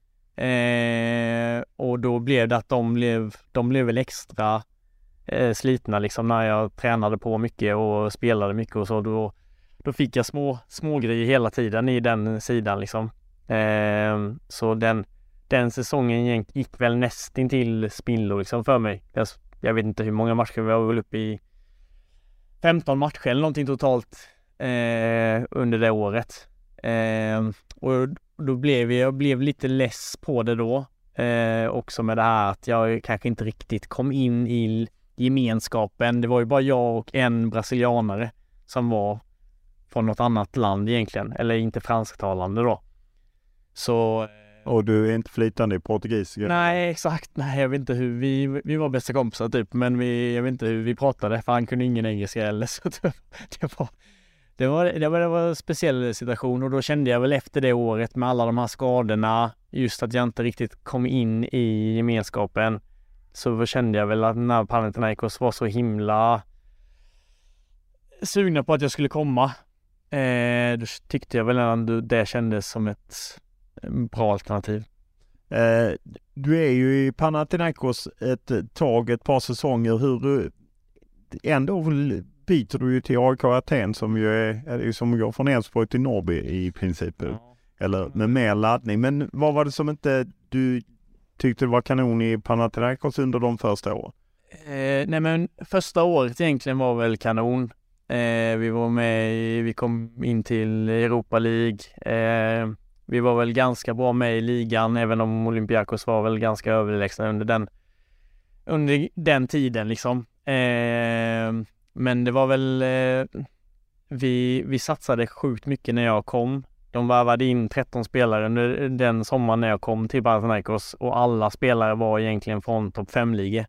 Eh, och då blev det att de blev, de blev väl extra eh, slitna liksom när jag tränade på mycket och spelade mycket och så. Då, då fick jag små, små grejer hela tiden i den sidan liksom. Eh, så den, den säsongen gick, gick väl nästan till spillo liksom för mig. Jag, jag vet inte hur många matcher, vi var väl uppe i femton matcher eller någonting totalt eh, under det året. Eh, och då blev jag, jag blev lite less på det då. Eh, också med det här att jag kanske inte riktigt kom in i gemenskapen. Det var ju bara jag och en brasilianare som var från något annat land egentligen. Eller inte fransktalande då. Så... Och du är inte flytande i portugisiska? Nej, exakt. Nej, jag vet inte hur vi, vi var bästa kompisar typ. Men vi, jag vet inte hur vi pratade. För han kunde ingen engelska heller. Så det, det, var, det, var, det, var, det var en speciell situation. Och då kände jag väl efter det året med alla de här skadorna. Just att jag inte riktigt kom in i gemenskapen. Så kände jag väl att när Panathinaikos var så himla sugna på att jag skulle komma. Eh, då tyckte jag väl att det kändes som ett bra alternativ. Eh, du är ju i Panathinaikos ett tag, ett par säsonger. Hur du ändå byter du ju till A I K Aten som ju är, är ju som går från Elfsborg till Norrby i princip. Ja. Eller med mer laddning. Men vad var det som inte du tyckte det var kanon i Panathinaikos under de första åren? Eh, nej men första året egentligen var väl kanon. Eh, vi var med i, vi kom in till Europa League. Eh, vi var väl ganska bra med i ligan, även om Olympiakos var väl ganska överlägsna under den, under den tiden liksom. Eh, men det var väl, eh, vi, vi satsade sjukt mycket när jag kom. De varvade in tretton spelare under den sommaren när jag kom till Panathinaikos och alla spelare var egentligen från topp fem-ligor.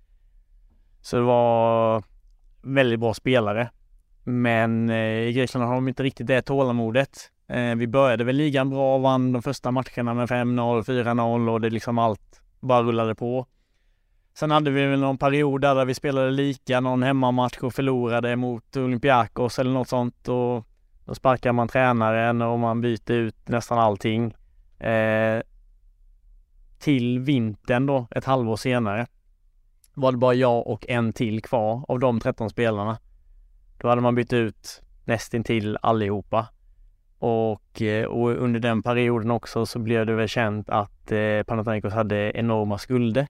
Så det var väldigt bra spelare. Men eh, i Grekland har de inte riktigt det tålamodet. Eh, vi började väl ligan bra och vann de första matcherna med fem noll, fyra noll och det liksom allt bara rullade på. Sen hade vi väl någon period där vi spelade lika någon hemmamatch och förlorade mot Olympiakos eller något sånt och då sparkar man tränaren och man byter ut nästan allting. Eh, till vintern då, ett halvår senare, var det bara jag och en till kvar av de tretton spelarna. Då hade man bytt ut nästintill allihopa. Och, och under den perioden också så blev det väl känt att eh, Panathinaikos hade enorma skulder.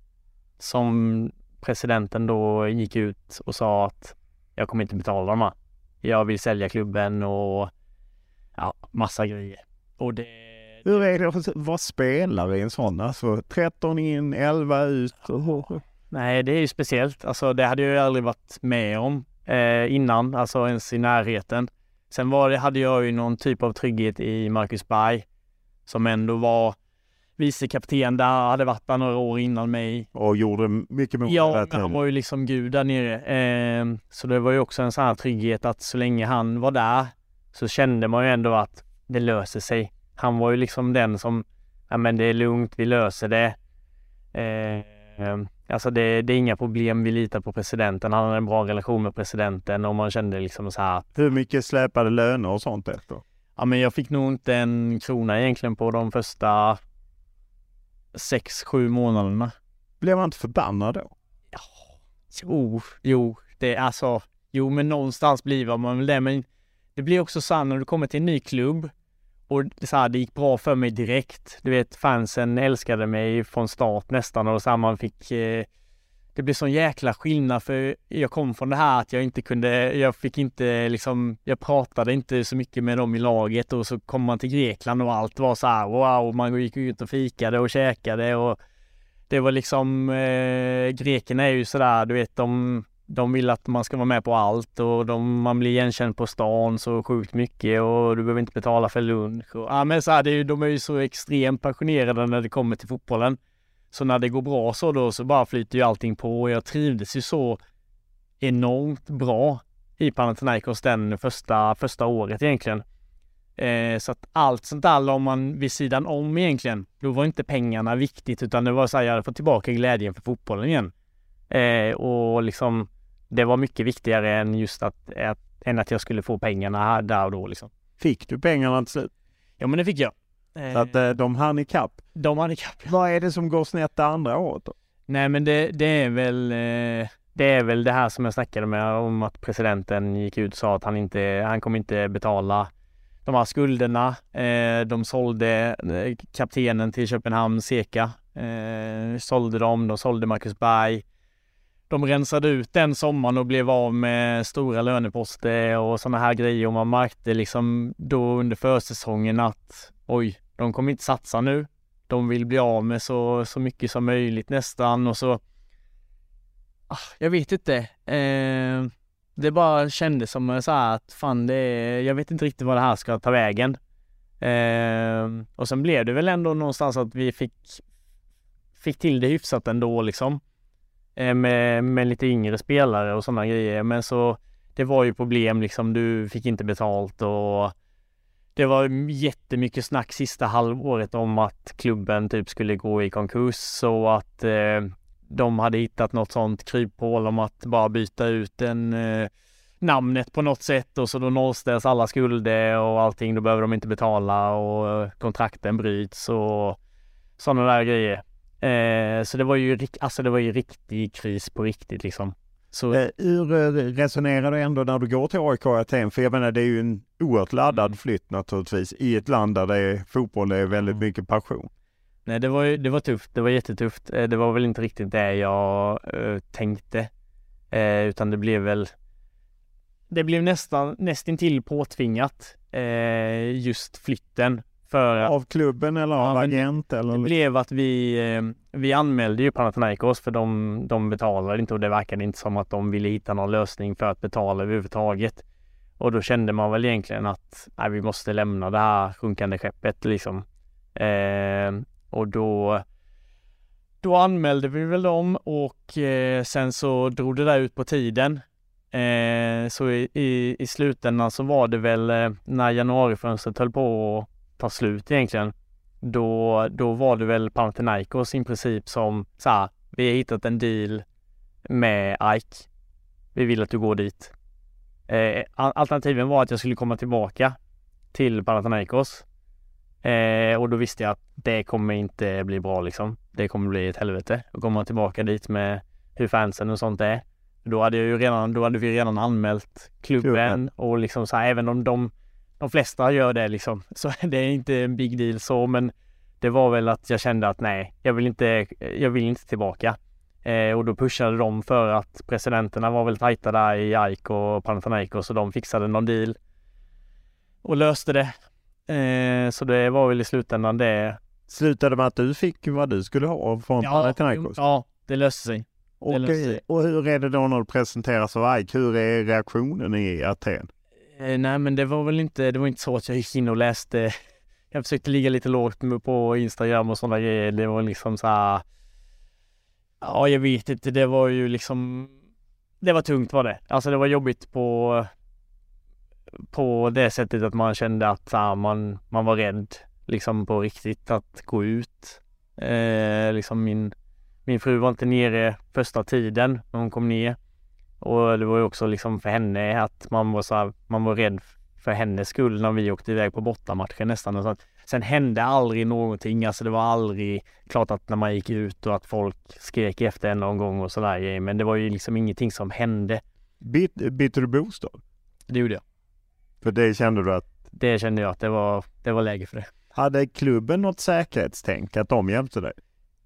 Som presidenten då gick ut och sa att jag kommer inte betala dem här. Jag vill sälja klubben och ja, massa grejer. Och det... Hur är det? Vad spelar i en sån? Alltså tretton in, elva ut? Och... Nej, det är ju speciellt. Alltså det hade jag ju aldrig varit med om eh, innan, alltså ens i närheten. Sen var det, hade jag ju någon typ av trygghet i Marcus Berg som ändå var vicekapten där, hade varit där några år innan mig. Och gjorde mycket mot ja, men han var ju liksom gud där nere. Eh, så det var ju också en sån här trygghet att så länge han var där så kände man ju ändå att det löser sig. Han var ju liksom den som, ja men det är lugnt, vi löser det. Eh, alltså det, det är inga problem, vi litar på presidenten. Han hade en bra relation med presidenten och man kände liksom så här. Hur mycket släpade löner och sånt efter? Ja men jag fick nog inte en krona egentligen på de första sex, sju månaderna. Blev man inte förbannad då? Ja, jo, jo, det är alltså, jo men någonstans blir man väl det, men det blir också så när du kommer till en ny klubb och det, så här, det gick bra för mig direkt. Du vet, fansen älskade mig från start nästan och så här, man fick, eh, det blev sån jäkla skillnad för jag kom från det här att jag inte kunde, jag fick inte liksom, jag pratade inte så mycket med dem i laget och så kom man till Grekland och allt var så här, wow, man gick ut och fikade och käkade och det var liksom, eh, grekerna är ju sådär, du vet, de, de vill att man ska vara med på allt och de, man blir igenkänd på stan så sjukt mycket och du behöver inte betala för lunch. Och, ja, men så här, det är ju, de är ju så extremt passionerade när det kommer till fotbollen. Så när det går bra så då så bara flyter ju allting på och jag trivdes ju så enormt bra i Panathinaikos den första, första året egentligen. Eh, så att allt sånt där om man vid sidan om egentligen, då var inte pengarna viktigt utan det var så här, jag hade fått tillbaka glädjen för fotbollen igen. Eh, och liksom det var mycket viktigare än just att, att, än att jag skulle få pengarna här, där och då liksom. Fick du pengarna till slut? Ja, men det fick jag. Eh, så att eh, de hann i kapp. De hann i kapp. Vad är det som går snett det andra året då? Nej, men det, det är väl eh, det är väl det här som jag snackade med om att presidenten gick ut och sa att han inte, han kommer inte betala de här skulderna. Eh, de sålde eh, kaptenen till Köpenhamn, Seka. Eh, sålde dem, de sålde Marcus Berg. De rensade ut den sommaren och blev av med stora löneposter och sådana här grejer. Och man märkte liksom då under försäsongen att oj, de kommer inte satsa nu. De vill bli av med så, så mycket som möjligt nästan. Och så, ah, jag vet inte. Eh, det bara kändes som så här att fan, det är, jag vet inte riktigt vad det här ska ta vägen. Eh, och sen blev det väl ändå någonstans att vi fick, fick till det hyfsat ändå liksom. Med, med lite yngre spelare och sådana grejer. Men så det var ju problem liksom. Du fick inte betalt och det var jättemycket snack sista halvåret om att klubben typ skulle gå i konkurs och att eh, de hade hittat något sånt kryphål om att bara byta ut en eh, namnet på något sätt och så då nollställs alla skulder och allting. Då behöver de inte betala och kontrakten bryts och sådana där grejer. Eh, så det var ju alltså det var ju riktig kris på riktigt liksom. Så eh, hur resonerar du ändå när du går till A I K Aten? För jag menar, det är ju en oerhört laddad flytt naturligtvis i ett land där det är fotboll, det är väldigt mycket passion. Nej, det var ju, det var tufft, det var jättetufft. Eh, det var väl inte riktigt det jag eh, tänkte. Eh, utan det blev väl det blev nästan nästintill påtvingat eh, just flytten. För, av klubben eller av ja, agent? Eller? Det blev att vi, vi anmälde ju Panathinaikos för de, de betalade inte och det verkade inte som att de ville hitta någon lösning för att betala överhuvudtaget. Och då kände man väl egentligen att nej, vi måste lämna det här sjunkande skeppet liksom. Eh, och då, då anmälde vi väl dem och eh, sen så drog det där ut på tiden. Eh, så i, i, i slutändan så var det väl eh, när januarifönstret höll på att ta slut egentligen, då, då var det väl Panathinaikos i princip som så här, vi har hittat en deal med Ike, vi vill att du går dit. Eh, alternativen var att jag skulle komma tillbaka till Panathinaikos eh, och då visste jag att det kommer inte bli bra liksom, det kommer bli ett helvete att komma tillbaka dit med hur fansen och sånt är. Då hade, jag ju redan, då hade vi redan anmält klubben, klubben. Och liksom så här, även om de De flesta gör det liksom. Så det är inte en big deal så, men det var väl att jag kände att nej, jag vill inte, jag vill inte tillbaka. Eh, och då pushade de för att presidenterna var väl tajta där i A I K och Panathinaikos, så de fixade någon deal och löste det. Eh, så det var väl i slutändan det. Slutade med att du fick vad du skulle ha från ja, Panathinaikos? Ja, det löste sig. Det och, löste sig. Och hur är det då när du presenteras av A I K? Hur är reaktionen i Aten? Eh, nej, men det var väl inte, det var inte så att jag gick in och läste. Jag försökte ligga lite lågt på Instagram och sådana grejer. Det var liksom så här, ja, jag vet inte, det var ju liksom, det var tungt var det. Alltså det var jobbigt på på det sättet att man kände att så här, man, man var rädd liksom på riktigt att gå ut. Eh, liksom min, min fru var inte nere första tiden när hon kom ner. Och det var ju också liksom för henne att man var så här, man var rädd för hennes skull när vi åkte iväg på bortamatchen nästan. Och så att, sen hände aldrig någonting. Alltså det var aldrig klart att när man gick ut och att folk skrek efter en någon gång och sådär. Men det var ju liksom ingenting som hände. Byt, bytte du bostad? Det gjorde jag. För det kände du att? Det kände jag att det var, det var läge för det. Hade klubben något säkerhetstänk att de hjälpte dig?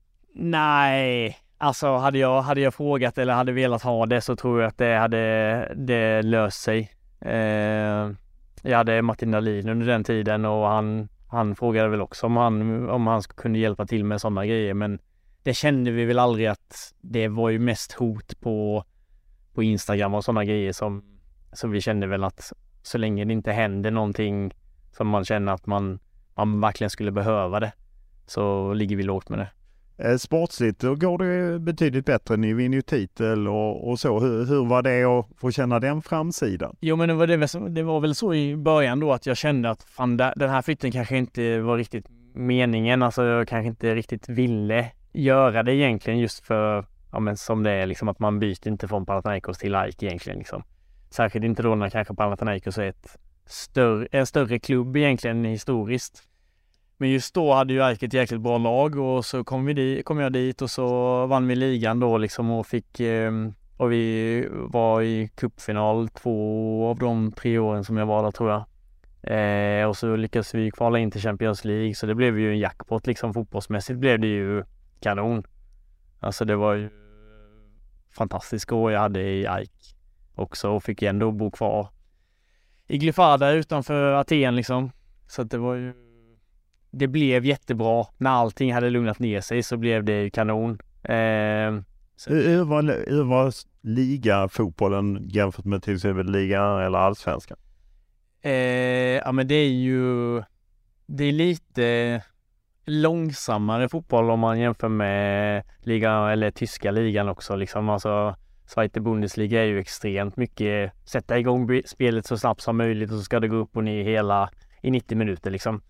Nej, alltså hade jag, hade jag frågat eller hade velat ha det så tror jag att det hade det löst sig. Eh, jag hade Martin Dahlin under den tiden och han, han frågade väl också om han, om han kunde hjälpa till med sådana grejer. Men det kände vi väl aldrig att det var ju mest hot på, på Instagram och sådana grejer som, som vi kände väl att så länge det inte händer någonting som man känner att man, man verkligen skulle behöva det, så ligger vi lågt med det. Eh, sportsligt, då går det betydligt bättre. Ni vinner ju titel och, och så. Hur, hur var det att få känna den framsidan? Jo, men det var, det, det var väl så i början då att jag kände att fan, den här flytten kanske inte var riktigt meningen. Alltså jag kanske inte riktigt ville göra det egentligen, just för, ja, men som det är liksom, att man byter inte från Panathinaikos till AIK egentligen liksom. Särskilt inte då när kanske Panathinaikos är ett större, en större klubb egentligen historiskt. Men just då hade ju AIK ett jäkligt bra lag, och så kom, vi dit, kom jag dit och så vann vi ligan då liksom, och fick eh, och vi var i cupfinal två av de tre åren som jag var där, tror jag. Eh, och så lyckades vi kvala in till Champions League, så det blev ju en jackpot liksom. Fotbollsmässigt blev det ju kanon. Alltså det var ju fantastiskt år jag hade i AIK också, och fick ändå bo kvar i Glyfada utanför Aten liksom. Så att det var ju, det blev jättebra. När allting hade lugnat ner sig så blev det ju kanon. Eh, hur, var, hur var liga-fotbollen jämfört med till exempel liga eller allsvenskan? Eh, ja, men det är ju det är lite långsammare fotboll om man jämför med liga eller tyska ligan också liksom. Alltså Zweite Bundesliga är ju extremt mycket sätta igång spelet så snabbt som möjligt, och så ska det gå upp och ner hela i nittio minuter liksom.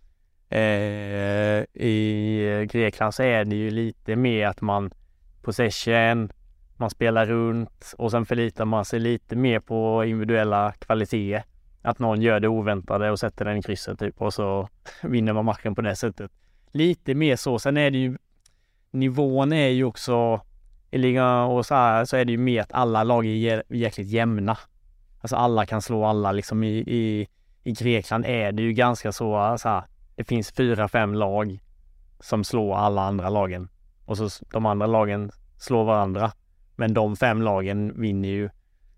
Eh, i Grekland så är det ju lite mer att man possession, man spelar runt, och sen förlitar man sig lite mer på individuella kvaliteter. Att någon gör det oväntade och sätter den i krysset typ, och så vinner man matchen på det sättet. Lite mer så. Sen är det ju, nivån är ju också i ligan och så här, så är det ju mer att alla lag är jäkligt jämna. Alltså alla kan slå alla liksom. I, i, i Grekland är det ju ganska så, så här, det finns fyra, fem lag som slår alla andra lagen, och så de andra lagen slår varandra. Men de fem lagen vinner ju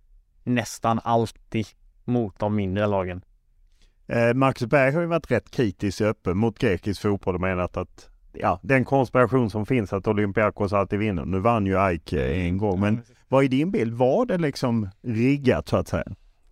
nästan alltid mot de mindre lagen. Eh, Marcus Berg har ju varit rätt kritisk öppen mot grekisk fotboll och menat att ja, den konspiration som finns att Olympiakos alltid vinner. Nu vann ju AIK en gång, men vad är din bild? Var det liksom riggat så att säga?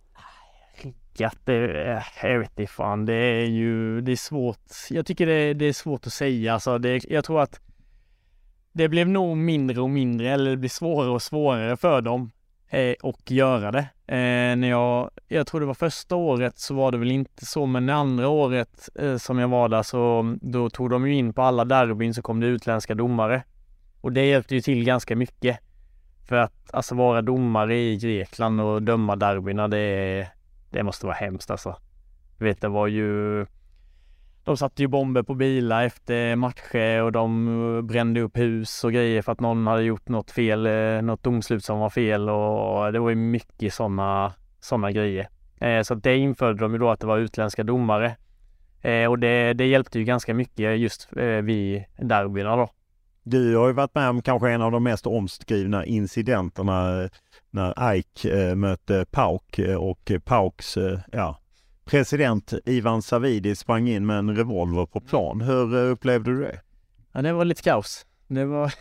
Riggat, det är, jag vet inte fan, det är ju det är svårt. Jag tycker det, det är svårt att säga. Alltså det, jag tror att det blev nog mindre och mindre, eller det blir svårare och svårare för dem eh, och göra det. Eh, när jag, jag tror det var första året så var det väl inte så, men det andra året eh, som jag var där, så då tog de ju in på alla derbyn, så kom det utländska domare. Och det hjälpte ju till ganska mycket. För att alltså vara domare i Grekland och döma derbyna, det, det måste vara hemskt alltså. Jag vet, det var ju... De satte ju bomber på bilar efter matcher, och de brände upp hus och grejer för att någon hade gjort något fel, något domslut som var fel, och det var ju mycket sådana såna grejer. Eh, så det införde de ju då att det var utländska domare. Eh, och det, det hjälpte ju ganska mycket just eh, vid derbyna då. Du har ju varit med om kanske en av de mest omskrivna incidenterna när AIK eh, mötte PAOK, och PAOKs eh, ja, president Ivan Savidis sprang in med en revolver på plan. Hur uh, upplevde du det? Ja, det var lite kaos. Det var,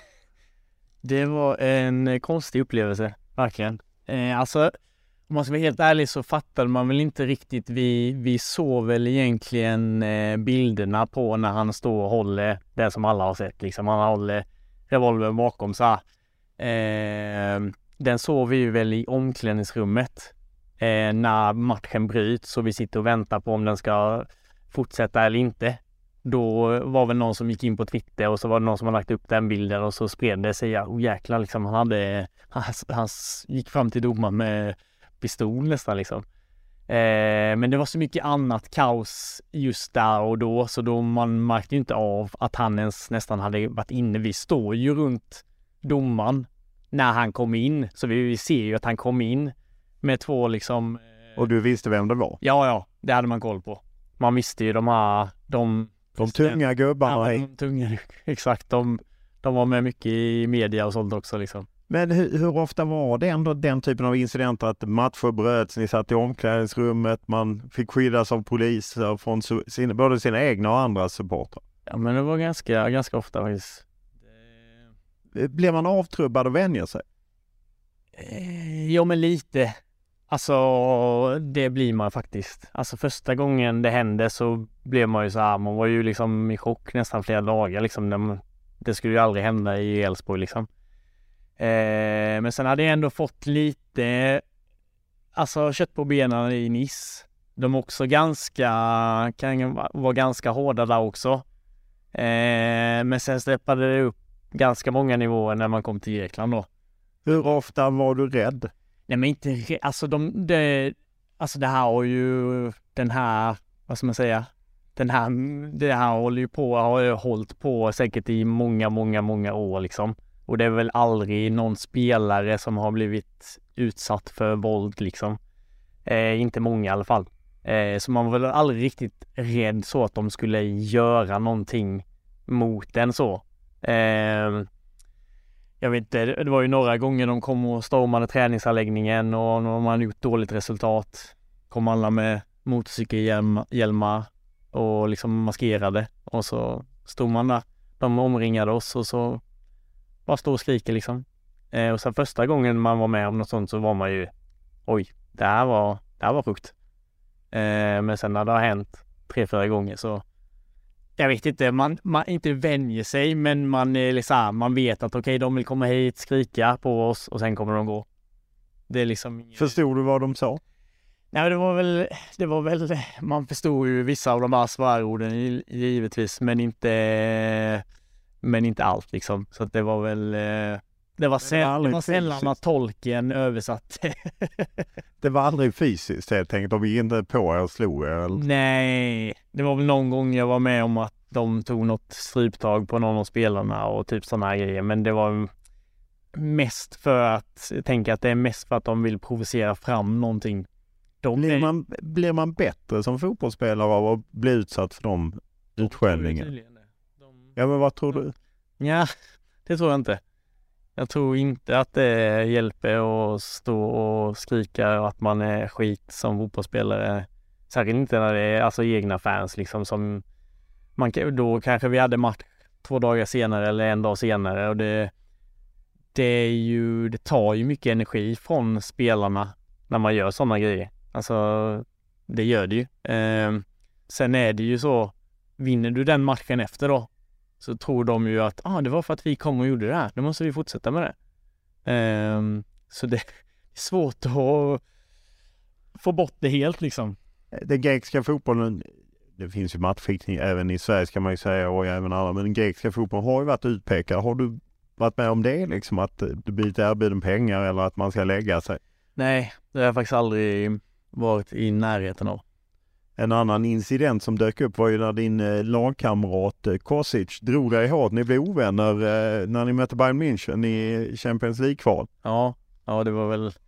det var en konstig upplevelse, verkligen. Eh, alltså, om man ska vara helt ärlig så fattade man väl inte riktigt. Vi, vi såg väl egentligen eh, bilderna på när han står och håller det som alla har sett. Liksom. Han håller revolver bakom så här. Eh, den såg vi ju väl i omklädningsrummet. Eh, när matchen bryts, så vi sitter och väntar på om den ska fortsätta eller inte. Då var väl någon som gick in på Twitter, och så var det någon som hade lagt upp den bilden, och så spred det sig. Ja, oh, jäklar, liksom, han, hade, han, han gick fram till domaren med pistol nästan liksom. Eh, men det var så mycket annat kaos just där och då, så då man märkte ju inte av att han ens nästan hade varit inne. Vi står ju runt domaren när han kom in, så vi, vi ser ju att han kom in med två liksom... Och du visste vem det var? Ja, ja. Det hade man koll på. Man visste ju de här... De, de tunga gubbarna. Ja, de tunga, exakt. De, de var med mycket i media och sånt också liksom. Men hur, hur ofta var det ändå den typen av incidenter att matcher bröts, ni satt i omklädningsrummet, man fick skyddas av polis från sin, både sina egna och andra supportrar? Ja, men det var ganska, ganska ofta faktiskt. Det... Blev man avtrubbad och vänjer sig? Eh, ja, men lite. Alltså, det blir man faktiskt. Alltså första gången det hände så blev man ju så här, man var ju liksom i chock nästan flera dagar liksom. Det, det skulle ju aldrig hända i Elfsborg liksom. Eh, men sen hade jag ändå fått lite, alltså kött på benen i Nice. De också ganska, kan vara ganska hårda där också. Eh, men sen steppade det upp ganska många nivåer när man kom till Grekland då. Hur ofta var du rädd? Nej, men inte, alltså de, det, alltså det här har ju, den här, vad ska man säga, den här, det här håller ju på, har ju hållit på säkert i många, många, många år liksom. Och det är väl aldrig någon spelare som har blivit utsatt för våld liksom. Eh, inte många i alla fall. Eh, så man var väl aldrig riktigt rädd så att de skulle göra någonting mot den så. Eh, jag vet inte, det var ju några gånger de kom och stormade träningsanläggningen och när man gjort dåligt resultat kom alla med motorcykelhjälmar och liksom maskerade och så stod man där. De omringade oss och så bara stod och skriker liksom. Eh, och sen första gången man var med om något sånt så var man ju, oj, det här var, det här var sjukt. Eh, men sen när det har hänt tre, fyra gånger så jag vet inte, man, man inte vänjer sig men man är liksom, man vet att okej, okay, de vill komma hit, skrika på oss och sen kommer de gå. Det är liksom ingen... Förstod du vad de sa? Nej, det var väl, det var väl, man förstod ju vissa av de här svärorden givetvis, men inte, men inte allt liksom. Så att det var väl, det var, säll, det var sällan att tolken översatt. Det var aldrig fysiskt helt enkelt, de gick inte på er och slog er? Eller? Nej, det var väl någon gång jag var med om att de tog något stryptag på någon av spelarna och typ sådana här grejer, men det var mest för att, jag tänker att det är mest för att de vill provocera fram någonting. De blir, är... man, blir man bättre som fotbollsspelare av att bli utsatt för de utskällningarna? De... Ja, men vad tror du? Ja, det tror jag inte. Jag tror inte att det hjälper att stå och skrika och att man är skit som fotbollsspelare. Särskilt inte när det är alltså egna fans liksom som man, då kanske vi hade match två dagar senare eller en dag senare och det, det är ju, det tar ju mycket energi från spelarna när man gör sådana grejer. Alltså det gör det ju. Eh, sen är det ju så, vinner du den matchen efter då så tror de ju att ah, det var för att vi kom och gjorde det här. Då måste vi fortsätta med det. Um, så det är svårt att få bort det helt liksom. Den grekiska fotbollen, det finns ju matchfixning även i Sverige ska man ju säga och även alla, men den grekiska fotbollen har ju varit utpekad. Har du varit med om det liksom, att du blivit erbjuden pengar eller att man ska lägga sig? Nej, det har jag faktiskt aldrig varit i närheten av. En annan incident som dök upp var ju när din eh, lagkamrat eh, Kosic drog dig hårt. Ni blev ovänner eh, när ni mötte Bayern München i Champions League-kval. Ja, ja det var väl...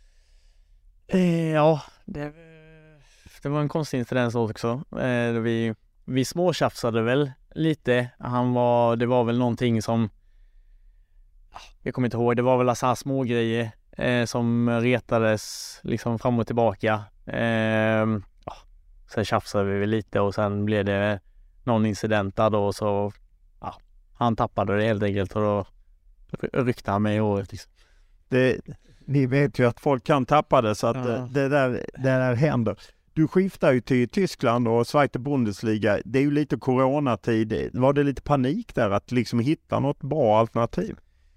Eh, ja, det, det var en konstig incident också. Eh, vi, vi småtjafsade väl lite. Han var, det var väl någonting som... Jag kommer inte ihåg, det var väl så här små grejer eh, som retades liksom fram och tillbaka. Eh, Sen tjafsade vi lite och sen blev det någon incident där då så ja, han tappade det helt enkelt och då ryckte han mig i håret liksom. Det, ni vet ju att folk kan tappa det så att ja. det, där, det där händer. Du skiftar ju till Tyskland och Zweite Bundesliga. Det är ju lite coronatid. Var det lite panik där att liksom hitta något bra alternativ?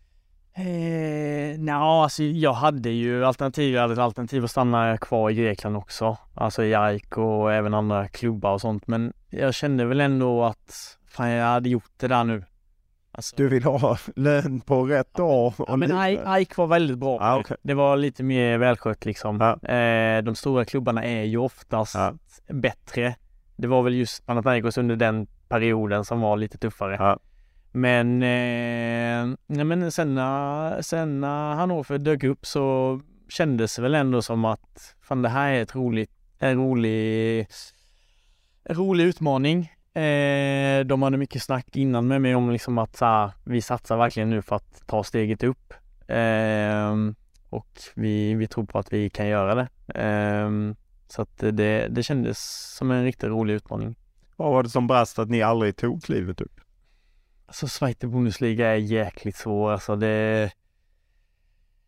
Eh, Nja, alltså jag hade ju alternativ, jag hade ett alternativ att stanna kvar i Grekland också. Alltså i AIK och även andra klubbar och sånt. Men jag kände väl ändå att fan, jag hade gjort det där nu. Alltså, du vill ha lön på rätt dag? Ja, men AIK var väldigt bra. Ah, okay. Det var lite mer välskött liksom. Ah. Eh, de stora klubbarna är ju oftast ah. bättre. Det var väl just Panathinaikos under den perioden som var lite tuffare. Ah. Men, eh, nej, men sen, sen när Hannover dök upp så kändes det väl ändå som att fan, det här är ett roligt, en rolig, en rolig utmaning. Eh, de hade mycket snack innan med mig om liksom att så här, vi satsar verkligen nu för att ta steget upp. Eh, och vi, vi tror på att vi kan göra det. Eh, så att det, det kändes som en riktigt rolig utmaning. Vad var det som brast att ni aldrig tog klivet upp? Alltså Zweite Bundesliga är jäkligt svår. Alltså det,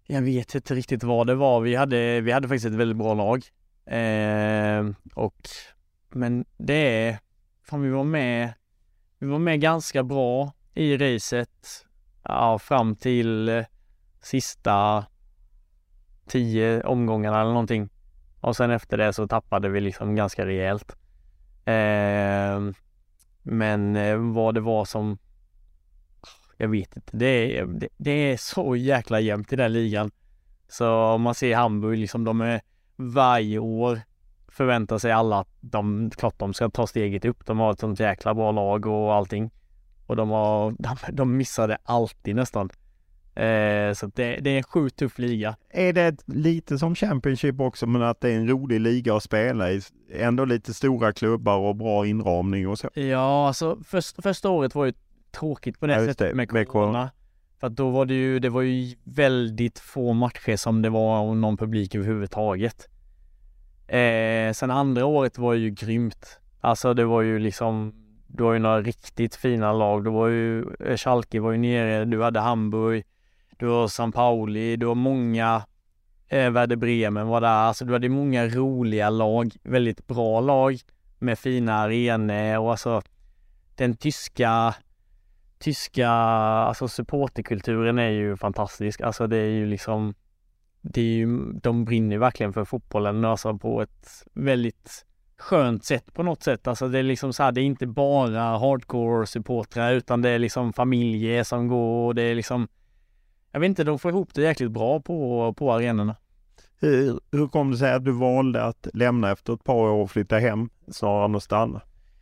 Jag vet inte riktigt vad det var. Vi hade, vi hade faktiskt ett väldigt bra lag. Eh, och, men det är... Fan, vi var med... Vi var med ganska bra i racet. Ja, fram till eh, sista tio omgångarna eller någonting. Och sen efter det så tappade vi liksom ganska rejält. Eh, men eh, vad det var som... Jag vet inte. Det är, det, det är så jäkla jämnt i den ligan. Så om man ser Hamburg, liksom, de är varje år förväntar sig alla att de, klart de ska ta steget upp. De har ett sånt jäkla bra lag och allting. Och de, har, de, de missade alltid nästan. Eh, så det, det är en sjukt tuff liga. Är det lite som Championship också, men att det är en rolig liga att spela i? Ändå lite stora klubbar och bra inramning och så. Ja, alltså först, första året var ju tråkigt på det ja, sättet det, med, med corona. För att då var det ju, det var ju väldigt få matcher som det var någon publik överhuvudtaget. Eh, sen andra året var ju grymt. Alltså det var ju liksom, det var ju några riktigt fina lag. Det var ju, Schalke var ju nere, du hade Hamburg, du har San Pauli, du har många, eh, Werder Bremen var där. Alltså du hade många roliga lag, väldigt bra lag med fina arenor och alltså den tyska tyska, alltså supporterkulturen är ju fantastisk. Alltså det är ju liksom, det är ju, de brinner verkligen för fotbollen, alltså på ett väldigt skönt sätt på något sätt. Alltså det är liksom så här, det är inte bara hardcore supportrar utan det är liksom familjer som går och det är liksom, jag vet inte, de får ihop det jäkligt bra på, på arenorna. Hur, hur kom det sig att du valde att lämna efter ett par år och flytta hem snarare än att stanna?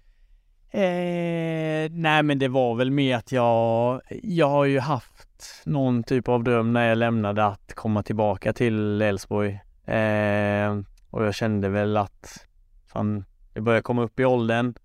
Eh, nej men det var väl mer att jag jag har ju haft någon typ av dröm när jag lämnade att komma tillbaka till Elfsborg. Eh, och jag kände väl att fan, jag börjar komma upp i åldern.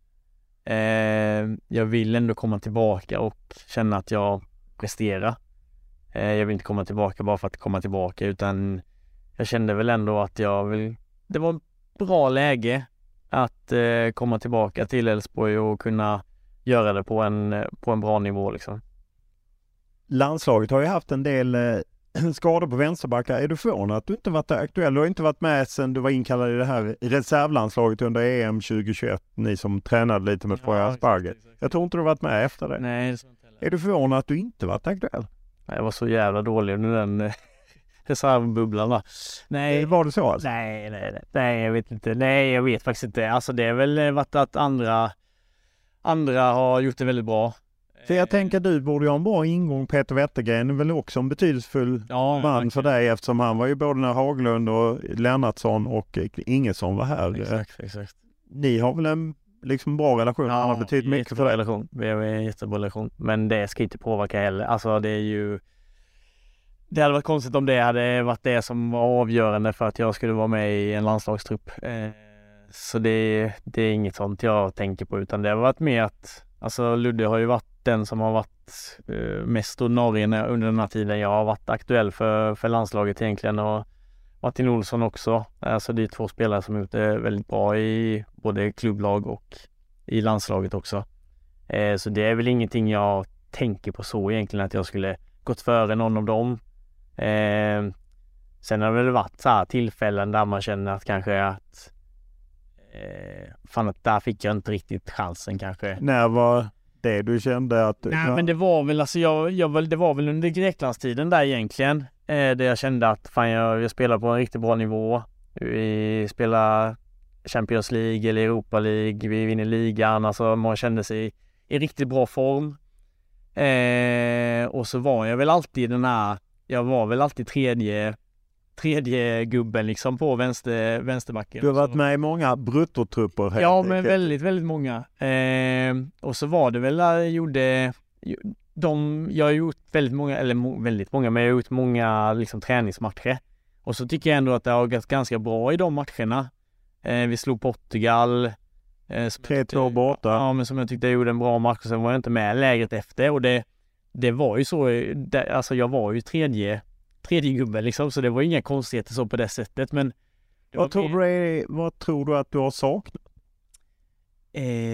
Eh, jag vill ändå komma tillbaka och känna att jag presterar. Eh, jag vill inte komma tillbaka bara för att komma tillbaka utan jag kände väl ändå att jag vill, det var ett bra läge att eh, komma tillbaka till Elfsborg och kunna göra det på en, på en bra nivå liksom. Landslaget har ju haft en del eh, skador på vänsterbackar. Är du förvånad att du inte varit aktuell? Du har inte varit med sedan du var inkallad i det här reservlandslaget under E M tjugohundratjugoett, ni som tränade lite med Foya Asperger. Jag tror inte du har varit med efter det. Nej, det är, är du förvånad att du inte varit aktuell? Jag var så jävla dålig under den reservbubblan va? Nej. Var det så alltså? Nej, nej, nej, nej, jag vet inte. Nej, jag vet faktiskt inte. Alltså det är väl varit att andra andra har gjort det väldigt bra. För jag tänker du borde ju ha en bra ingång. Peter Wettergren är väl också en betydelsefull ja, man ja, för dig eftersom han var ju både när Haglund och Lennartsson och Ingesson var här. Exakt, exakt. Ni har väl en liksom bra relation? Ja, han har betytt mycket för dig. Relation. Vi har en jättebra relation. Men det ska inte påverka heller. Alltså det är ju det hade varit konstigt om det hade varit det som var avgörande för att jag skulle vara med i en landslagstrupp. Eh, så det, det är inget sånt jag tänker på utan det har varit mer att alltså Ludde har ju varit den som har varit eh, mest ordinarie under den här tiden jag har varit aktuell för, för landslaget egentligen och Martin Olsson också. Alltså det är två spelare som har gjort det väldigt bra i både klubblag och i landslaget också. Eh, så det är väl ingenting jag tänker på så egentligen att jag skulle gått före någon av dem. Eh, sen har det väl varit så här tillfällen där man känner att kanske att eh, fan att där fick jag inte riktigt chansen kanske. När var det du kände att... Nej ja. Men det var väl alltså jag, jag, det var väl under Greklandstiden där egentligen eh, där jag kände att fan jag, jag spelar på en riktigt bra nivå. Vi spelar Champions League eller Europa League, vi vinner ligan, alltså man kände sig i, i riktigt bra form. Eh, och så var jag väl alltid den här jag var väl alltid tredje tredje gubben liksom på vänster, vänsterbacken. Du har varit med i många bruttotrupper här. Ja, men väldigt, väldigt många. Eh, och så var det väl jag gjorde de, jag har gjort väldigt många, eller mo, väldigt många, men jag har gjort många liksom träningsmatcher. Och så tycker jag ändå att det har gått ganska bra i de matcherna. Eh, vi slog Portugal. Eh, tre två borta. Ja, men som jag tyckte jag gjorde en bra match och sen var jag inte med lägret efter och det Det var ju så, det, alltså jag var ju tredje, tredje gubben liksom, så det var inga konstigheter så på det sättet, men... Det vad, tror du är, vad tror du att du har saknat?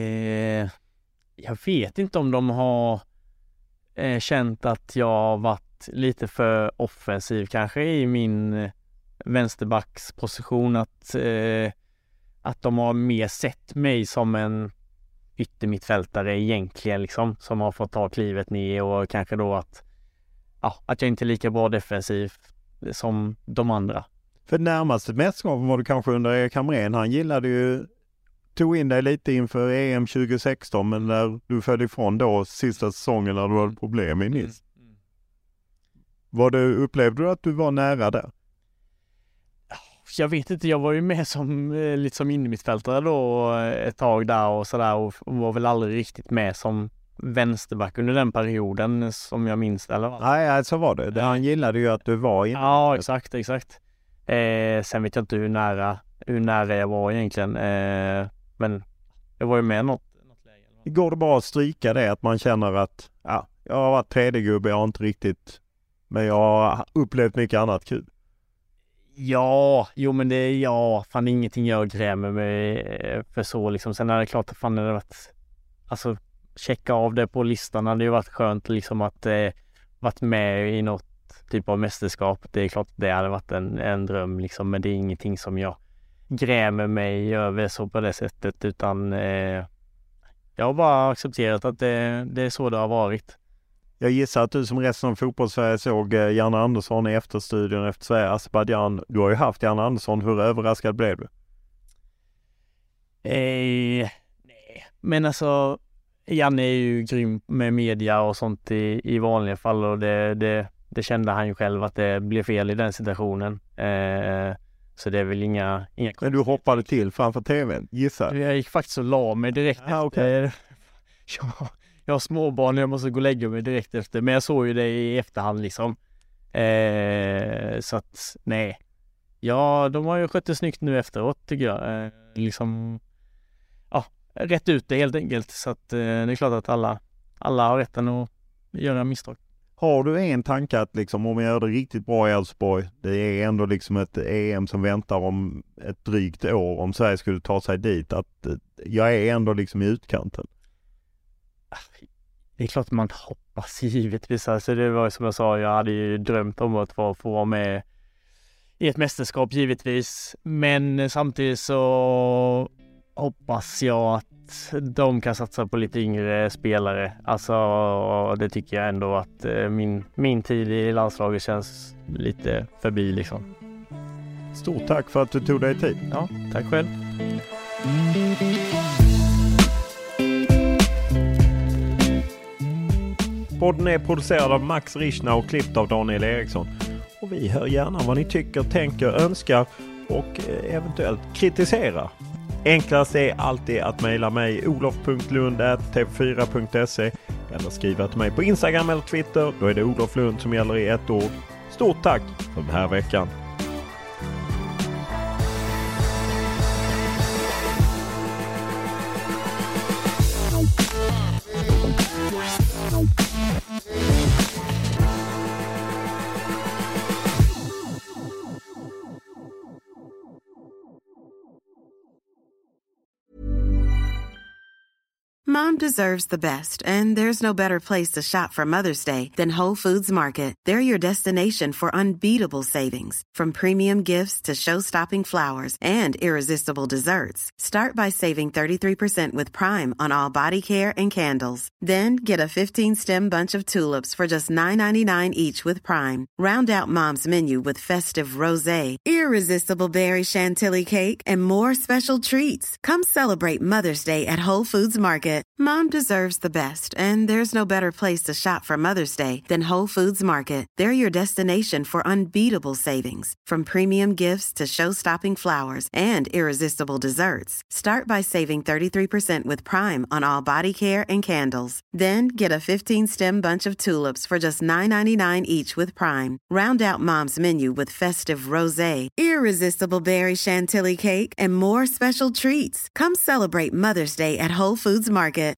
Eh, jag vet inte om de har eh, känt att jag har varit varit lite för offensiv kanske i min vänsterbacksposition, att, eh, att de har mer sett mig som en yttermittfältare egentligen liksom, som har fått ta klivet ner, och kanske då att, ja, att jag inte är lika bra defensiv som de andra. För närmaste mästerskapen var du kanske under Erik Hamrén. Han gillade ju, tog in dig lite inför E M tjugo sexton, men när du föll ifrån då sista säsongen när du hade problem i Nice. Mm. Mm. Var du, upplevde du att du var nära där? Jag vet inte, jag var ju med som lite som innermittfältare då ett tag där och sådär, och var väl aldrig riktigt med som vänsterback under den perioden som jag minns, eller vad? Nej, så var det. det. Han gillade ju att du var in. Ja, exakt, exakt. Eh, sen vet jag inte hur nära, hur nära jag var egentligen. Eh, men jag var ju med något, något läge. Går det bara att stryka det, att man känner att ja, jag har varit tredje gubbe, jag har inte riktigt, men jag har upplevt mycket annat kul. Ja, jo men det är ja, fan ingenting jag grämer mig för så liksom. Sen är det klart att fan det hade varit, alltså checka av det på listan hade ju varit skönt liksom, att eh, varit med i något typ av mästerskap. Det är klart att det hade varit en, en dröm liksom, men det är ingenting som jag grämer mig över så på det sättet, utan eh, jag har bara accepterat att det, det är så det har varit. Jag gissar att du som resten av fotbollssverige såg Janne Andersson i efterstudion efter Sverige Azerbaijan. Du har ju haft Janne Andersson. Hur överraskad blev du? Eh, nej, men alltså Janne är ju grym med media och sånt i, i vanliga fall, och det, det, det kände han ju själv att det blev fel i den situationen. Eh, så det är väl inga... inga men du hoppade till framför tvn, gissar? Jag gick faktiskt och la mig direkt ah, efter. Okay. Ja. Jag har småbarn, jag måste gå och lägga mig direkt efter. Men jag såg ju det i efterhand liksom. Eh, så att, nej. Ja, de har ju skött det snyggt nu efteråt tycker jag. Eh, liksom, ja, rätt ut det helt enkelt. Så att eh, det är klart att alla, alla har rätten att göra misstag. Har du en tanke att liksom, om jag gör det riktigt bra i Elfsborg, det är ändå liksom ett E M som väntar om ett drygt år, om Sverige skulle ta sig dit, att eh, jag är ändå liksom i utkanten? Det är klart man hoppas givetvis. Alltså det var som jag sa, jag hade ju drömt om att få, få vara med i ett mästerskap givetvis. Men samtidigt så hoppas jag att de kan satsa på lite yngre spelare. Alltså det tycker jag ändå att min, min tid i landslaget känns lite förbi liksom. Stort tack för att du tog dig tid. Ja, tack själv. Podden är producerad av Max Richna och klippt av Daniel Eriksson. Och vi hör gärna vad ni tycker, tänker, önskar och eventuellt kritiserar. Enklast är alltid att mejla mig olof punkt lund at t v fyra punkt se eller skriva till mig på Instagram eller Twitter. Då är det Olof Lund som gäller i ett ord. Stort tack för den här veckan. Mom deserves the best, and there's no better place to shop for Mother's Day than Whole Foods Market. They're your destination for unbeatable savings, from premium gifts to show-stopping flowers and irresistible desserts. Start by saving thirty-three percent with Prime on all body care and candles. Then get a fifteen-stem bunch of tulips for just nine ninety-nine each with Prime. Round out Mom's menu with festive rosé, irresistible berry chantilly cake, and more special treats. Come celebrate Mother's Day at Whole Foods Market. Mom deserves the best, and there's no better place to shop for Mother's Day than Whole Foods Market. They're your destination for unbeatable savings, from premium gifts to show-stopping flowers and irresistible desserts. Start by saving thirty-three percent with Prime on all body care and candles. Then get a fifteen-stem bunch of tulips for just nine ninety-nine each with Prime. Round out Mom's menu with festive rosé, irresistible berry chantilly cake, and more special treats. Come celebrate Mother's Day at Whole Foods Market.